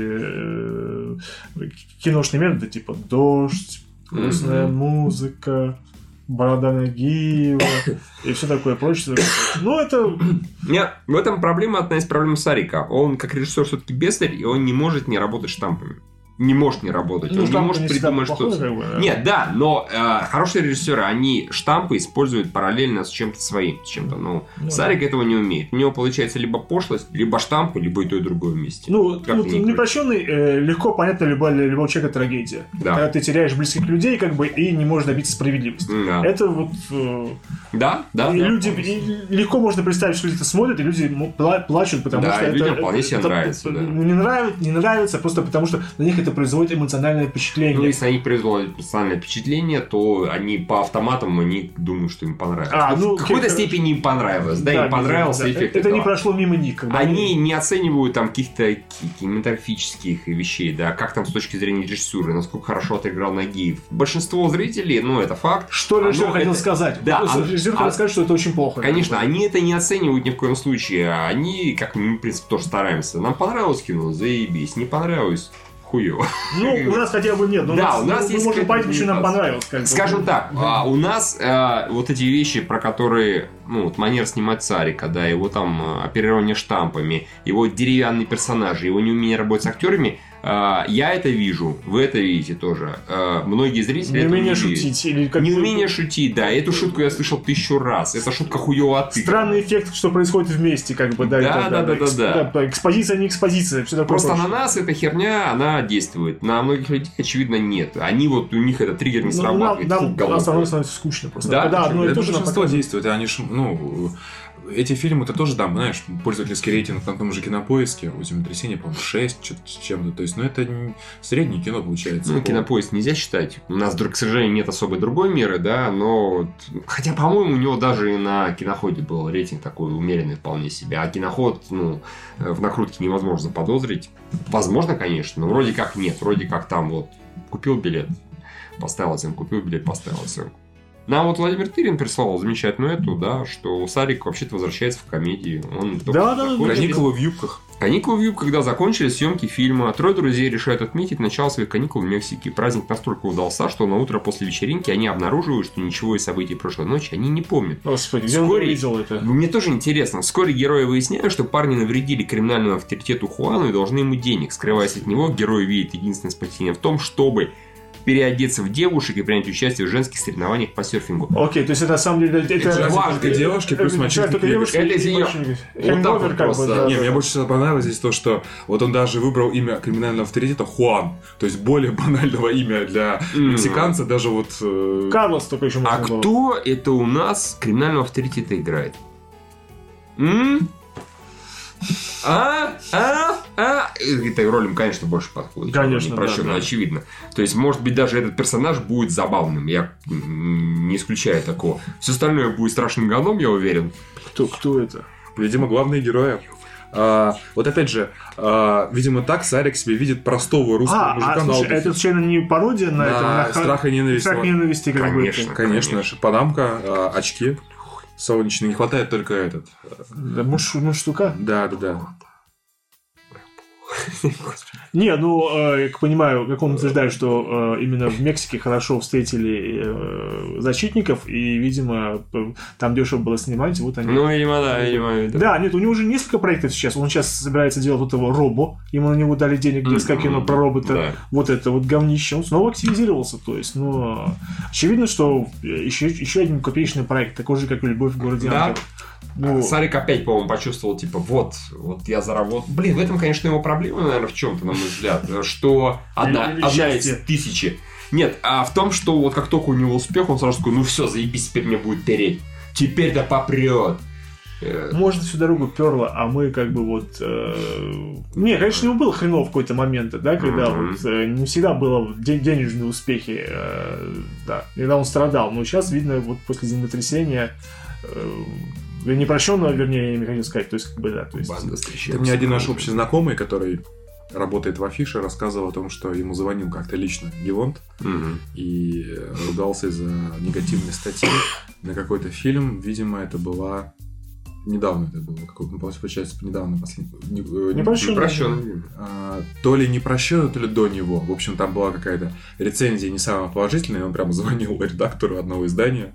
э, киношные методы, типа дождь, грустная mm-hmm. музыка, борода Нагиева и все такое прочее. Ну, это... Нет, в этом проблема, одна из проблем Сарика. Он, как режиссер, все-таки бестсель, и он не может не работать штампами. Не может не работать. Ну, он не может не придумать что-то. Как бы, да? Нет, да, но э, хорошие режиссеры, они штампы используют параллельно с чем-то своим. С чем-то, ну, ну, Сарик да. этого не умеет. У него получается либо пошлость, либо штампы, либо и то, и другое вместе. Ну, ну непрощенный, э, легко понятно для любого человека трагедия. Да. Когда ты теряешь близких людей, как бы, и не можешь добиться справедливости. Да. Это вот... Э, да, да. И да, люди, и легко можно представить, что люди это смотрят, и люди плачут, потому да, что это... людям вполне себе это, нравится. Это, да. не, нравится, не нравится, просто потому что на них это производит эмоциональное впечатление. Ну, если они производят эмоциональное впечатление, то они по автоматам они думают, что им понравилось. А, ну, в какой-то как... степени им понравилось. Да, да им понравился да. эффект. Это этого. Не прошло мимо них. Они не оценивают там каких-то кинематографических вещей, да, как там с точки зрения режиссуры, насколько хорошо отыграл Нагиев. Большинство зрителей, ну, это факт. Что режиссер хотел это... сказать? Да, а... Режиссер хотел а... сказать, что это очень плохо. Конечно, они это не оценивают ни в коем случае. Они, как мы, в принципе, тоже стараемся. Нам понравилось кино, заебись. Не понравилось, хуёво. Ну, у нас хотя бы нет. Но да, у нас, у нас мы, есть... Мы можем понять, почему нам понравилось. Как Скажем бы. так, а, у нас а, вот эти вещи, про которые... Ну, вот манера снимать Сарика, да, его там а, оперирование штампами, его деревянные персонажи, его неумение работать с актерами... Uh, я это вижу, вы это видите тоже. Uh, многие зрители не это шутить, или как не умение шутить, да. Эту шутку я слышал тысячу раз. Эта шутка хуёво отыграна. Странный эффект, что происходит вместе, как бы, да. Да, да, да, да, да, да. Экспозиция, не экспозиция, все такое. Просто прочее. На нас эта херня, она действует. На многих людей, очевидно, нет. Они вот, у них это триггер не ну, срабатывает. Нам, нам становится скучно просто. Да, да, но это тоже большинство действует. Они ж, ну... Эти фильмы-то тоже, там, знаешь, пользовательский рейтинг на том же Кинопоиске, у «Землетрясения», по-моему, шесть что-то с чем-то. То есть, ну, это среднее кино получается. Ну, по... Кинопоиск нельзя считать. У нас, к сожалению, нет особой другой меры, да, но... Хотя, по-моему, у него даже и на Киноходе был рейтинг такой умеренный вполне себе. А Киноход, ну, в накрутке невозможно заподозрить. Возможно, конечно, но вроде как нет. Вроде как там вот купил билет, поставил оценку, купил билет, поставил оценку. Нам вот Владимир Тырин прислал замечательную эту, да, что Сарик вообще-то возвращается в комедии. Он да, да, да. Каникулы в юбках. Каникулы в юбках, когда закончились съемки фильма. Трое друзей решают отметить начало своих каникул в Мексике. Праздник настолько удался, что на утро после вечеринки они обнаруживают, что ничего из событий прошлой ночи они не помнят. Господи, где он видел это? Мне тоже интересно. Вскоре герои выясняют, что парни навредили криминальному авторитету Хуану и должны ему денег. Скрываясь от него, герой видит единственное спасение в том, чтобы... переодеться в девушек и принять участие в женских соревнованиях по серфингу. Окей, то есть это на самом деле... Это, это важно. девушки плюс мальчишки. Это из нее. Вот так вот просто. Да, не, да, мне да. больше всего понравилось здесь то, что вот он даже выбрал имя криминального авторитета Хуан. То есть более банального имя для mm. мексиканца даже вот... Э... Карлос только еще можно А было. Кто это у нас криминального авторитета играет? М? А? А? А? Этой роли, конечно, больше подходит. Конечно, да, да. Очевидно. То есть, может быть, даже этот персонаж будет забавным. Я не исключаю такого. Все остальное будет страшным говном, я уверен. Кто, кто это? Видимо, главные герои. А, вот опять же, а, видимо, так Сарик себе видит простого русского а, мужика а, на слушай, это, случайно, не пародия на, на это? На «Страх и ненависть». «Страх и ненависть», как конечно, бы. Конечно, конечно. Панамка, а, очки солнечные. Не хватает только этот. Да, муж, муж-штука? Да, да, да. Не, ну, э, я понимаю, как он утверждает, что э, именно в Мексике хорошо встретили э, защитников, и, видимо, там дешево было снимать, вот они... Ну, видимо, да, видимо. Да, да нет, у него уже несколько проектов сейчас, он сейчас собирается делать вот его Робо, ему на него дали денег, детское кино про робота, да. Вот это вот говнище, он снова активизировался, то есть, ну, очевидно, что еще, еще один копеечный проект, такой же, как и «Любовь в городе ангелов». Ну, Сарик опять, по-моему, почувствовал, типа, вот, вот я заработал. Блин, в этом, конечно, его проблема, наверное, в чем-то, на мой взгляд, что одна, одна из тысячи. Нет, а в том, что вот как только у него успех, он сразу такой, ну все, заебись, теперь мне будет переть. Теперь-то попрет. Может, всю дорогу перло, а мы как бы вот... Э... Не, конечно, у него был хренов в какой-то момент, да, когда mm-hmm. вот, э, не всегда было денежные успехи, э, да, когда он страдал. Но сейчас, видно, вот после землетрясения... Э, непрощенного, вернее, я не хотел сказать, то есть, как бы, да, то есть... Это мне один наш общий знакомый, который работает в афише, рассказывал о том, что ему звонил как-то лично Гевонт Угу. и ругался из-за негативной статьи на какой-то фильм. Видимо, это была... Недавно это было. Ну, получается, недавно последний... Непрощенный. Непрощенный. А, то ли непрощенный, то ли до него. В общем, там была какая-то рецензия не самая положительная. Он прямо звонил редактору одного издания.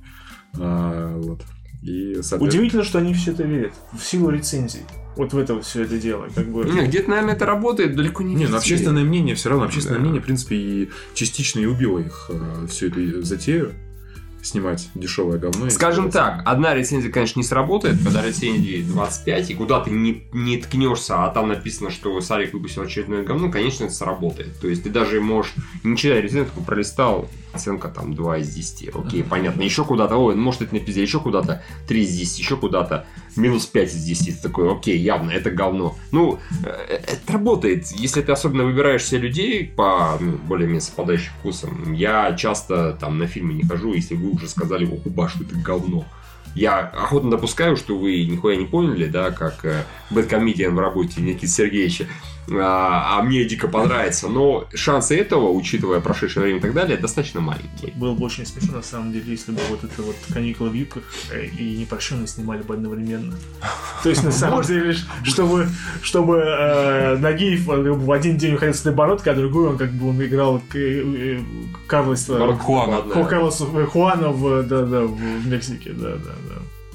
А, вот. И, соответственно... Удивительно, что они все это верят. В силу рецензий. Вот в это все это дело. Как бы... Не, где-то, наверное, это работает, далеко не Не, везде. ну общественное мнение, все равно общественное Да. мнение, в принципе, и частично и убило их э, всю эту затею снимать дешевое говно. и Скажем снимать. так, одна рецензия, конечно, не сработает, когда рецензии двадцать пять, и куда ты не, не ткнешься, а там написано, что Сарик выпустил очередное говно, конечно, это сработает. То есть ты даже можешь, не читая рецензию, пролистал, оценка там два из десяти. Окей, понятно. Еще куда-то, ой, может это не пиздец, еще куда-то три из десяти, еще куда-то минус пять из десяти. Ты такой, окей, явно, это говно. Ну, это работает. Если ты особенно выбираешь себе людей по ну, более-менее совпадающим вкусам, я часто там на фильмы не хожу, если вы уже сказали, о, Куба, что это говно. Я охотно допускаю, что вы нихуя не поняли, да, как э, бэдкомедиан в работе Никиты Сергеевича, а, а мне дико понравится. Но шансы этого, учитывая прошедшее время и так далее, достаточно маленькие. Было бы очень смешно, на самом деле, если бы вот это вот «Каникулы в юбках» и «Непрощенный» снимали бы одновременно. То есть, на самом деле, чтобы, чтобы э, Нагиев в один день уходил с Лебородко, а другой он как бы он играл к, э, Карлоса Хуана. Ху- Карлоса Хуана в, да, да, в Мексике. Да, да, да.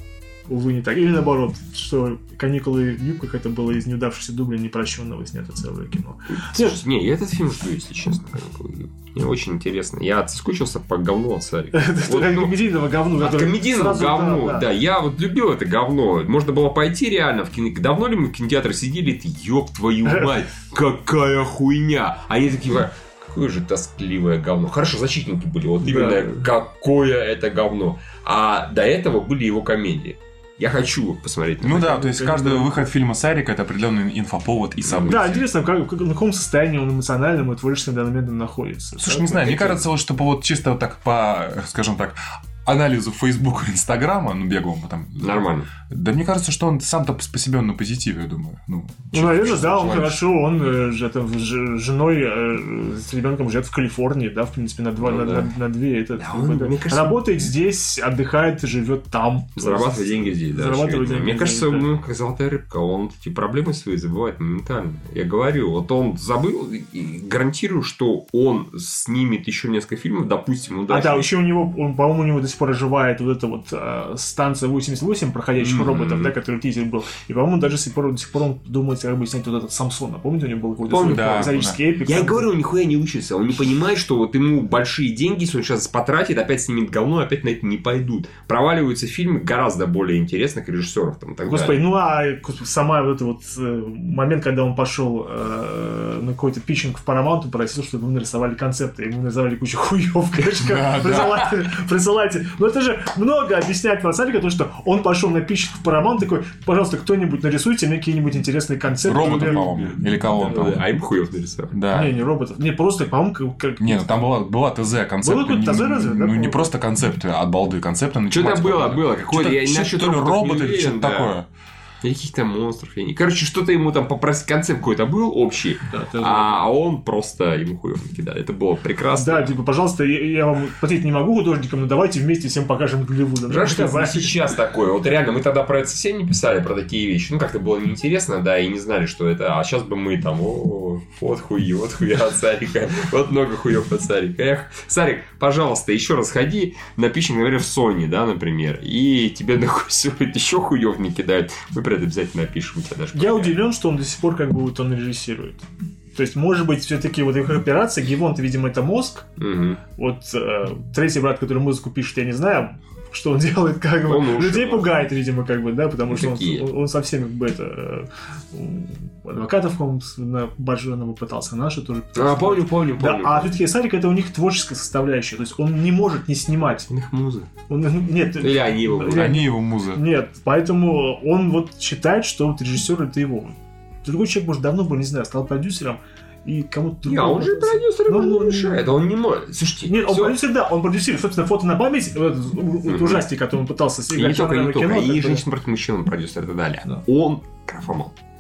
Увы, не так. Или наоборот, что «Каникулы в юбках» это было из неудавшихся дубля «Непрощенного» снято целое кино. Слушайте, не, я этот фильм жду, если честно. Мне очень интересно. Я соскучился по говну от Сарика. Вот, ну, комедийного говна. От комедийного сразу, говну, да, да, да. Я вот любил это говно. Можно было пойти реально в кино. Давно ли мы в кинотеатре сидели? Ты, ёб твою мать, какая хуйня. Они такие, какое же тоскливое говно. Хорошо, «Защитники» были. Вот именно Да. какое это говно. А до этого были его комедии. Я хочу посмотреть. на Ну это. да, то есть каждый выход фильма Сарика это определенный инфоповод и событие. Да, интересно, как, как- на каком состоянии он эмоциональном и творческом в данный момент находится. Слушай, Да, не знаю, мне какие- кажется, вот, что по- вот чисто вот так по, скажем так, анализу Фейсбука и Инстаграма, ну, беговому там. Нормально. Да мне кажется, что он сам-то по себе он на позитиве, я думаю. Ну, Ну, наверное, да, он человек. хорошо, он э, же, там, с ж- женой, э, с ребенком живет в Калифорнии, да, в принципе, на, два, Ну на, да. на- на две. Это, Да, он, это- мне кажется, работает здесь, отдыхает, живет там. Зарабатывает деньги здесь, да. Зарабатывает очевидно. деньги Мне здесь, кажется, да. ну, как золотая рыбка, он эти проблемы свои забывает моментально. Я говорю, вот он забыл, и гарантирую, что он снимет еще несколько фильмов, допустим, А удачно. да, еще у него, он, по-моему, у него до сих пор оживает вот эта вот э, станция восемьдесят восемь проходящих Мгм. роботов, да, который тизер был. И, по-моему, даже до сих пор, до сих пор он думает, как бы снять вот этот Самсон. А помните, у него был какой-то Помню, свой да, исторический эпик. Я и там, говорю, он нихуя не учится. Он не понимает, что вот ему большие деньги, если он сейчас потратит, опять снимет говно, опять на это не пойдут. Проваливаются фильмы гораздо более интересных режиссеров. Там, и так Господи, далее. ну а господи, сама вот этот вот э, момент, когда он пошел э, на какой-то питчинг в Paramount, просил, чтобы ему нарисовали концепты, ему нарисовали кучу хуев, конечно, Да, да. присылайте, присылайте. Но это же много объясняет про Сарика, то, что он пошел на питчинг в Paramount, такой, пожалуйста, кто-нибудь нарисуйте мне какие-нибудь интересные концепты. Роботов, Например, по-моему. Или кого он там. А им хуев нарисовал. Да. Не, не роботов. Не, просто, по-моему, как... как- Не, ну там была, была ТЗ, концепт. Было какое-то ТЗ разве, да, Ну, не по-моему? просто концепты, а от балды концепты на Что-то тематику. было, было. Какое-то, Что-то- я что-то насчет то ли роботов не роботы или уверен, что-то да. такое. Или каких-то монстров. Я не... Короче, что-то ему там попросить, концепт какой-то был общий, Да, ТЗ. а он просто ему хуев накидали. Это было прекрасно. Да, типа, пожалуйста, я, я вам платить не могу художникам, но давайте вместе всем покажем Голливуда. Жаль, что Да, это сейчас такое. Вот реально, мы тогда про это совсем не писали, про такие вещи. Ну, как-то было неинтересно, да, и не знали, что это. А сейчас бы мы там, о, вот хуи, вот хуя от Сарика, вот много хуев от Сарика. Эх, Сарик, пожалуйста, еще раз ходи на питчинг, например, в Sony, да, например, и тебе нахуй еще хуев не кидают. Мы про это обязательно напишем. У тебя даже Я удивлен, что он до сих пор как бы вот он режиссирует. То есть, может быть, все-таки вот их операция, Гевонт, видимо, это мозг. Мгм. Вот э, третий брат, который музыку пишет, я не знаю, что он делает, как бы. Он уши, Людей да. пугает, видимо, как бы, да, потому Ну, что он, какие? он, он совсем как бы это э, адвокатов, по-моему, на Баженова пытался, наши тоже пытался. А, помню, помню, Да, помню. а все-таки Сарик это у них творческая составляющая, то есть он не может не снимать. У них муза. Он, нет, Или они его. Или- Они его музы. Нет, поэтому он вот считает, что вот режиссер это его. Другой человек, может, давно бы, не знаю, стал продюсером и кому-то Не, а другому он же пытался. продюсер, Ну, ему ну, не мешает. Он не может. Слушайте, Нет, он всё- продюсер, да, он продюсер. Собственно, фото на память, вот, вот Мгм. ужастик, который он пытался И сыграть не только, и не в только. кино, И как бы- «Женщина против мужчин», он продюсер и так далее. Да. Он графоман.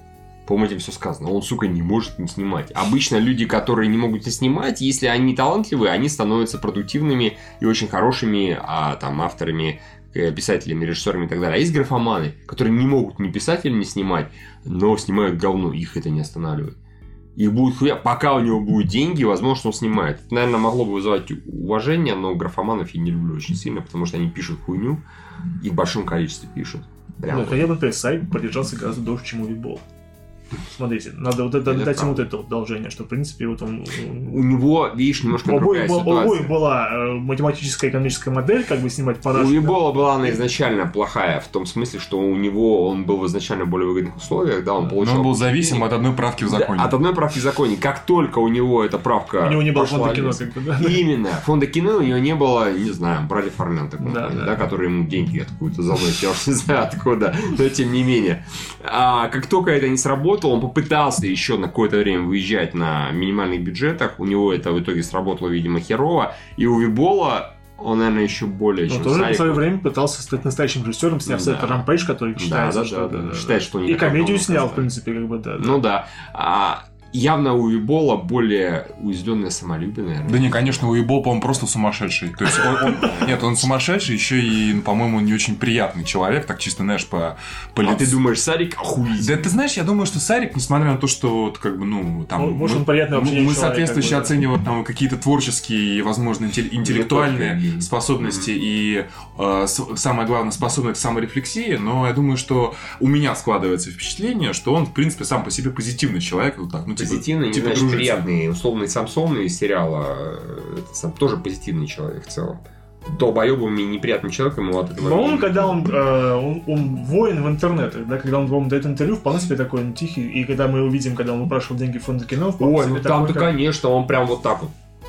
По-моему, этим все сказано. Он, сука, не может не снимать. Обычно люди, которые не могут не снимать, если они талантливые, они становятся продуктивными и очень хорошими а, там, авторами, писателями, режиссерами и так далее. А есть графоманы, которые не могут ни писать или не снимать, но снимают говно, их это не останавливает. Их будет хуя, пока у него будут деньги, возможно, он снимает. Это, наверное, могло бы вызывать уважение, но графоманов я не люблю очень сильно, потому что они пишут хуйню и в большом количестве пишут. Прям ну, вот. Я бы, например, сайт продержался гораздо дольше, чем Увибол. Смотрите, надо вот это, дать ему вот это одолжение, что, в принципе, вот он... У него, видишь, немножко у другая обоих, ситуация. У обоих была э, математическая экономическая модель, как бы снимать парашют. У Уибола была она изначально плохая, в том смысле, что у него он был в изначально более выгодных условиях, да, он получал... Но он был зависим от одной правки в законе. Да, от одной правки в законе. Как только у него эта правка... У него не было пошла, фонда кино, как бы, да? Именно. Фонда кино у него не было, не знаю, братьев Фармян такой, да, да, да. который ему деньги откуда-то заносит, я уж не знаю откуда, но тем не менее. А как только это не сработало, он попытался еще на какое-то время выезжать на минимальных бюджетах. У него это в итоге сработало, видимо, херово. И у Уибола он, наверное, еще более, но чем тоже Сарик. в свое время пытался стать настоящим режиссером, сняв да. это Рампейдж, который считается, да, да, что... да, да, да, считает, что и комедию снял, в принципе, как бы, да. Ну да. А, явно у Уибола более уязвленное самолюбие, наверное. Да не, конечно, Уибол, по-моему, просто сумасшедший. То есть он, он, нет, он сумасшедший, еще и, по-моему, не очень приятный человек, так чисто, знаешь, по... по а ты думаешь, Сарик охуительный? Да ты знаешь, я думаю, что Сарик, несмотря на то, что вот, как бы, ну, там... Он, может, мы, он приятный вообще мы человек, соответствующе как бы, оцениваем там какие-то творческие, возможно, интеллектуальные mm-hmm. способности mm-hmm. и, э, с, самое главное, способность к саморефлексии, но я думаю, что у меня складывается впечатление, что он, в принципе, сам по себе позитивный человек. Вот так, ну, позитивный, типа, не типа значит приятный. Условный Самсон из сериала это сам, тоже позитивный человек в целом. Долбоебым и неприятным человеком ему от этого... По-моему, когда он, э, он, он воин в интернете, да, когда он, по-моему, дает интервью, вполне себе такой он тихий, и когда мы увидим, когда он упрашивал деньги в фонда кино, вполне Ой, себе ну там-то, такой, конечно, он прям вот так вот.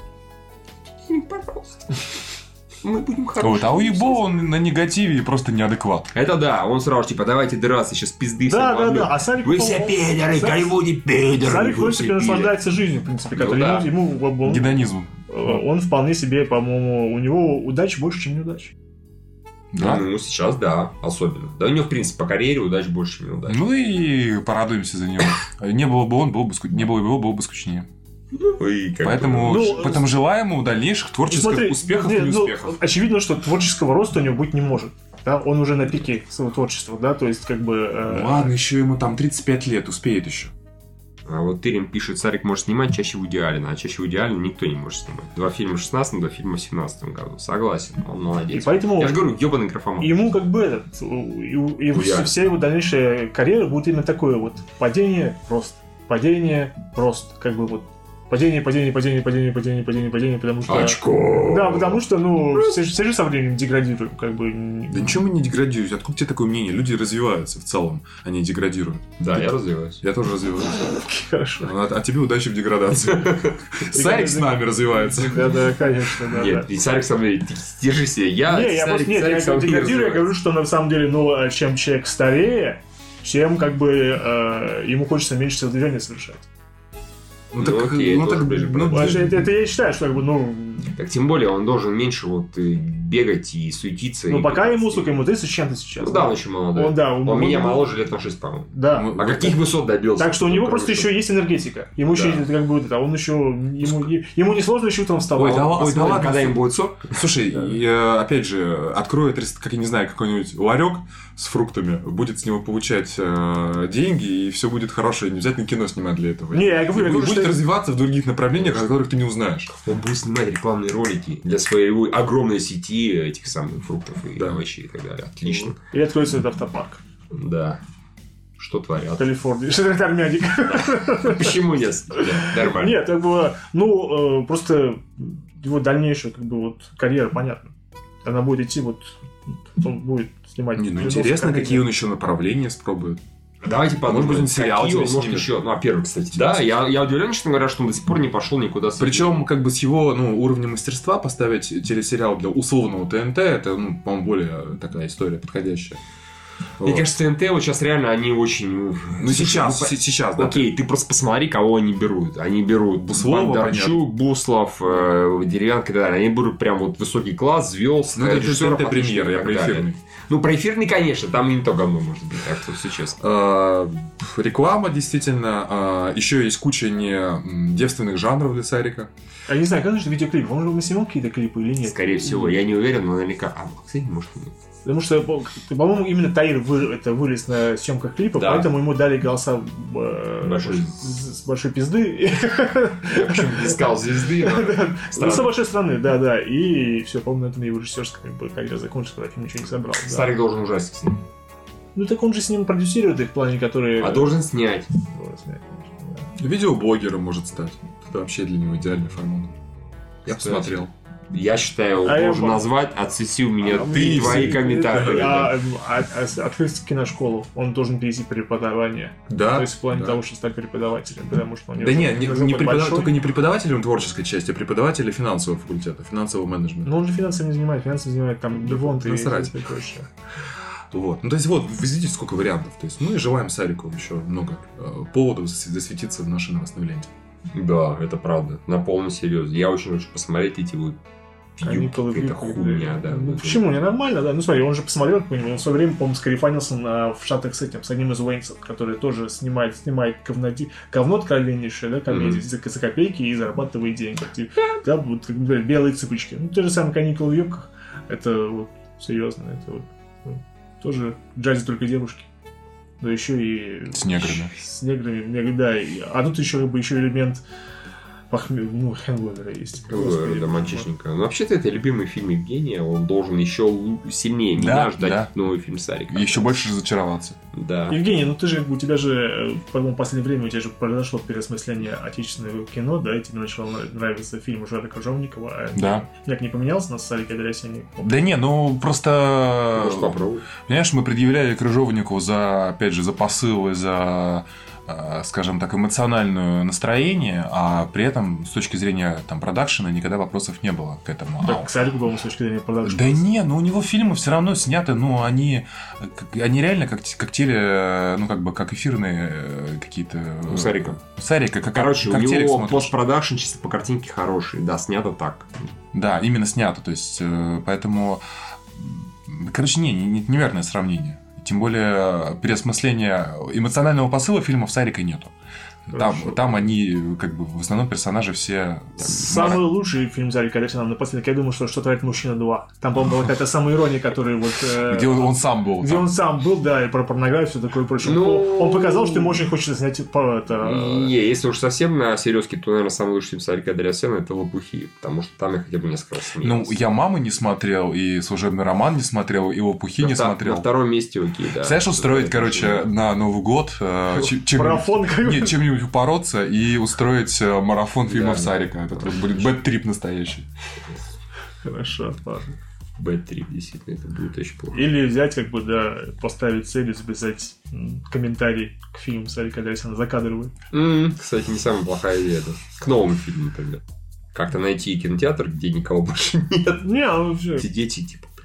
Пожалуйста. Мы будем хорошие. Вот, а у Уибола он на негативе и просто неадекват. Это да, он сразу типа, давайте драться, сейчас пизды всем да, да, ловлю. да, а Сарик... Вы все пидоры, в Голливуде пидоры. Сарик, в вы принципе, все наслаждается жизнью, в принципе, Ну который да. ему... ему он, Гедонизм. он вполне себе, по-моему, у него удачи больше, чем неудач. Да? Ну, сейчас да, особенно. Да у него, в принципе, по карьере удач больше, чем неудач. Ну и порадуемся за него. Не было бы он, было бы, ску... не было бы его, было бы скучнее. И как Поэтому, бы... Ну, поэтому желаем ему дальнейших творческих Смотри, успехов не, и ну, неуспехов. очевидно, что творческого роста у него быть не может. Да? Он уже на пике своего творчества, да, то есть, как бы... Э... Ладно, еще ему там тридцать пять лет, успеет еще. А вот Тырин пишет, Сарик может снимать чаще в идеале, а чаще в идеале никто не может снимать. Два фильма в шестнадцатом, два фильма в семнадцатом году. Согласен, он молодец. И поэтому... Я же говорю, ебаный графоман. Ему как бы этот, и, и вся, вся его дальнейшая карьера будет именно такое вот падение, рост, падение, рост, как бы вот падение, падение, падение, падение, падение, падение, падение, потому что... Очко! Да, потому что, ну, все, все же со временем деградируем, как бы... Да ничего мы не деградируем. Откуда тебе такое мнение? Люди развиваются в целом, они деградируют. Да, я развиваюсь. Я тоже развиваюсь. Хорошо. А, а тебе удачи в деградации. Сарик с нами развивается. Да, да, конечно, да. Нет, и Сарик со мной, держи себя. Я, Не, я просто, нет, я деградирую, я говорю, что на самом деле, ну, чем человек старее, чем, как бы, э, ему хочется меньше телодвижения совершать. Ну так, Ну, окей, ну, тоже так, ближе, ну, правда. Это, это, это я считаю, что, как бы, ну... Так тем более он должен меньше вот и бегать и суетиться. Ну, и пока пытаться. ему, сука, ему тридцать с чем-то сейчас. Ну да, он еще молодой. Он, да, он, он, меня он- моложе лет на шесть, по-моему. Да. Ну, А каких высот добился? Так что у него Ну, просто короче. еще есть энергетика. Ему Да. еще, как бы, это, он еще, ему, ему не сложно еще утром вставать. Ой, да, ла- ой, да Посмотрим, ладно. когда им будет сорок. Слушай, я, опять же, откроет, рес- как я не знаю, какой-нибудь ларек с фруктами, будет с него получать э, деньги, и все будет хорошо, и не обязательно кино снимать для этого. Не, я говорю, я И говорю, будет что- развиваться в других направлениях, о которых ты не узнаешь. Он будет снимать рекламные ролики для своей огромной сети этих самых фруктов и Да. овощей и так далее. Отлично. И откроется этот автопарк Да. Что в творят? Калифорнии. Что-то армянник. Почему нет? Да, нормально. Нет, как бы, ну, э, просто его дальнейшая, как бы, вот, карьера, понятно. Она будет идти, вот, он будет снимать... Не, ну видосы, интересно, комедии. какие он еще направления спробует. Давайте подумаем, Может быть, сериал какие он тебе может снимет. еще... Ну, во-первых, кстати, да, я, я удивлен, честно говоря, что он до сих пор не пошел никуда с этим. Причем, как бы с его ну, уровня мастерства поставить телесериал для условного ТНТ, это, ну, по-моему, более такая история подходящая. Мне Вот. кажется, ТНТ вот сейчас реально, они очень... Ну, сейчас, Ну, с- сейчас, да. Окей, ты просто посмотри, кого они берут. Они берут Буслова, Бондарчук, Буслов, э, Деревянко и так далее. Они берут прям вот высокий класс, звезд, Ну, это режиссеров ТНТ отличных премьера, и я так про далее. эфирный. Ну, про эфирный, конечно, там и не то говно может быть, так что все честно. А, реклама, действительно. А, еще есть куча не девственных жанров для Сарика. Я не знаю, как же видеоклип, он же снимал какие-то клипы или нет? Скорее всего, я не уверен, но наверняка... А, кстати, может и нет. Потому что, по-моему, именно Таир вы, это вылез на съемках клипа, да. Поэтому ему дали голоса э, большой. С, с большой пизды. Я почему-то искал звезды. Ну, с большой страны, да-да. И все, по-моему, на этом его режиссерская карьера закончилась, когда фильм ничего не собрал. Старик должен ужастик снять. Ну, так он же с ним продюсирует их в плане, которые... А должен снять. Должен снять, конечно. Видеоблогером может стать. Это вообще для него идеальный формат. Я посмотрел. Я считаю, а должен я назвать «Отсоси у меня а ты» и твои комментарии. А, а, а, открыть киношколу, он должен перейти преподавание. Да. То есть в плане да. того, что стать преподавателем, потому что у него... Да нет, не, не преподав... только не преподавателем творческой части, а преподавателем финансового факультета, финансового менеджмента. Но он же финансами не занимает, финансами занимает там Девонт и прочее. Вот. Ну, то есть, вот, вы видите, сколько вариантов. То есть, мы желаем Сарику еще много э, поводов засветиться в нашей новостной ленте. Да, это правда. На полном серьезе. Я очень хочу посмотреть эти вот Каникулы, это хуйня, да. Ну, почему? Не нормально, да. Ну, смотри, он же посмотрел, он в свое время, по-моему, скарифанился на, в Штатах с этим, с одним из Уэйнсов, который тоже снимает, снимает говноти, говно откровеннейшее, да, комедии mm-hmm. за, за копейки и зарабатывает деньги. Типа, да, вот, как бы, белые цыпочки. Ну, те же самые каникулы в юбках. Это вот, серьезно, это вот, ну, тоже в джазе только девушки. Да еще и... С неграми. С неграми, да. И, а тут еще, как бы, еще элемент... Похмель... Ну, Хэнговера есть. Господи, да, мальчишника. Ну, вообще-то это любимый фильм Евгения. Он должен еще сильнее да, меня ждать да. новый фильм Сарика. Еще больше разочароваться. Да. Евгений, ну ты же, у тебя же, по-моему, в последнее время у тебя же произошло переосмысление отечественного кино, да, и тебе начал нравиться фильм Жора Крыжовникова. А да. Як не поменялся на Сарике Андреасяне? Да не, ну просто... Может, попробуй. Понимаешь, мы предъявляли Крыжовникову за, опять же, за посылы, за... скажем так, эмоциональное настроение, а при этом с точки зрения там продакшена никогда вопросов не было к этому. Так, а... к Сарику, по-моему, с точки зрения продакшена. Да не, ну у него фильмы все равно сняты, ну они, они реально как, как теле, ну как бы как эфирные какие-то. У Сарика. Сарика, как Короче, как у него постпродакшн чисто по картинке хороший, да, снято так. Да, именно снято, то есть поэтому, короче, не, не неверное сравнение. Тем более переосмысления эмоционального посыла фильмов Сарика нету. Там, там они, как бы, в основном персонажи все... Там, самый мар... лучший фильм Сарика Андреасяна напоследок, я думаю, что «Что творит мужчина два». Там, по-моему, была какая-то самая ирония, которая вот... Э... Где он, он сам был. Где там. он сам был, да, и про порнографию, все такое прочее. Ну... Он показал, что ему очень хочется снять... Это... Не, если уж совсем на серьезке, то, наверное, самый лучший фильм Сарика Андреасяна — это «Лопухи», потому что там я хотя бы несколько раз смеялся. Ну, я «Маму» не смотрел, и «Служебный роман» не смотрел, и «Лопухи» на не та- смотрел. На втором месте окей, да. Знаешь, устроить, короче, на Новый год э, чем-нибудь, чем-нибудь упороться и устроить марафон фильмов да, Сарика. Это да, будет бэд-трип настоящий. Хорошо, ладно. Бэд-трип, действительно, это будет очень плохо. Или взять, как бы, да, поставить цель и записать комментарий к фильму Сарика Андреасяна закадровый. Mm, кстати, не самая плохая идея, да. К новому фильму, например. Как-то найти кинотеатр, где никого больше нет. Не, вообще. Сидеть и типа,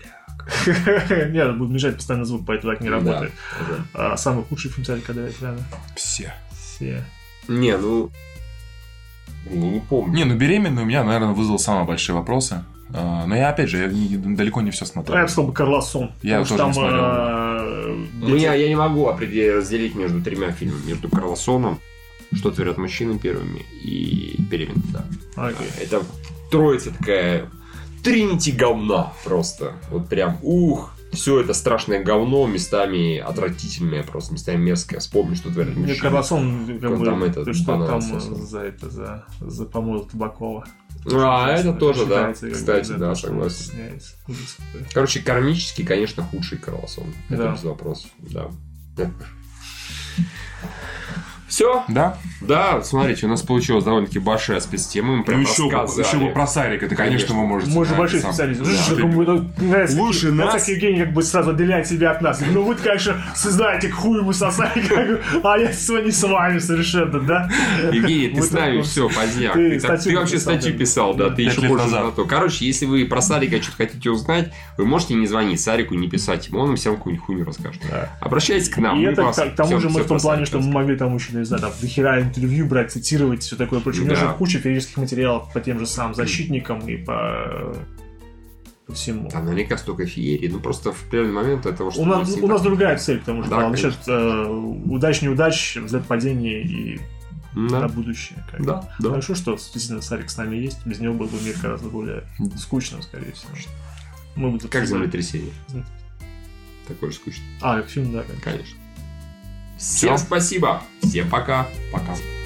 бля. Нет, будет мешать постоянно звук, поэтому так не работает. А самый худший фильм Сарика Андреасяна? Все. Все. Не, ну... Я не помню. Не, ну «Беременный» у меня, наверное, вызвал самые большие вопросы. Но я, опять же, я не, далеко не все смотрел. А я бы сказал бы «Карлосон». Я тоже там, не смотрел. А... Ну, я, я не могу определить, разделить между тремя фильмами. Между «Карлосоном», «Что творят мужчины» первыми и «Беременный», да. Okay. Это троица такая... Тринити говна просто. Вот прям, ух... Все это страшное говно, местами отвратительное, просто местами мерзкое. Вспомни, что творят мужчины. Мне Карлосон, как бы, там это, что там за это, за, за помол Табакова. А, это, это тоже, да. Кстати, бы, да, да, согласен. Короче, кармически, конечно, худший Карлсон. Это да. Без вопросов, да. Все? Да? Да, смотрите, у нас получилась довольно-таки большая спецтема. Мы прям ну, еще, еще бы про Сарика, это, конечно, конечно, вы можете. Мы же большие специалисты. Да. Лучше нас. Вот как Евгений как бы сразу отделяет себя от нас. Ну, вы, конечно, знаете, хуй ему сосали, а я не с вами совершенно, да? Евгений, ты с нами, все, поздняк. Ты вообще статью писал, да, ты еще больше на то. Короче, если вы про Сарика что-то хотите узнать, вы можете не звонить Сарику, не писать ему, он вам всем какую-нибудь хуйню расскажет. Обращайтесь к нам. И это к тому же мы в том плане, что мы могли там еще не знаю, там, дохера интервью брать, цитировать, все такое прочее. Да. У меня же куча физических материалов по тем же самым защитникам и по по всему. Там наверняка столько феерии. Ну, просто в определенный момент этого, что... У нас, у нас другая цель, потому что да, насчет э, удач-неудач, взлет-падений и да. на будущее. Как да, да. Хорошо, что действительно Сарик с нами есть. Без него был бы мир гораздо более скучным, скорее всего. Мы бы как землетрясение. Такой же скучный. А, как фильм, да. Конечно. Всем Все. Спасибо. Всем пока. Пока.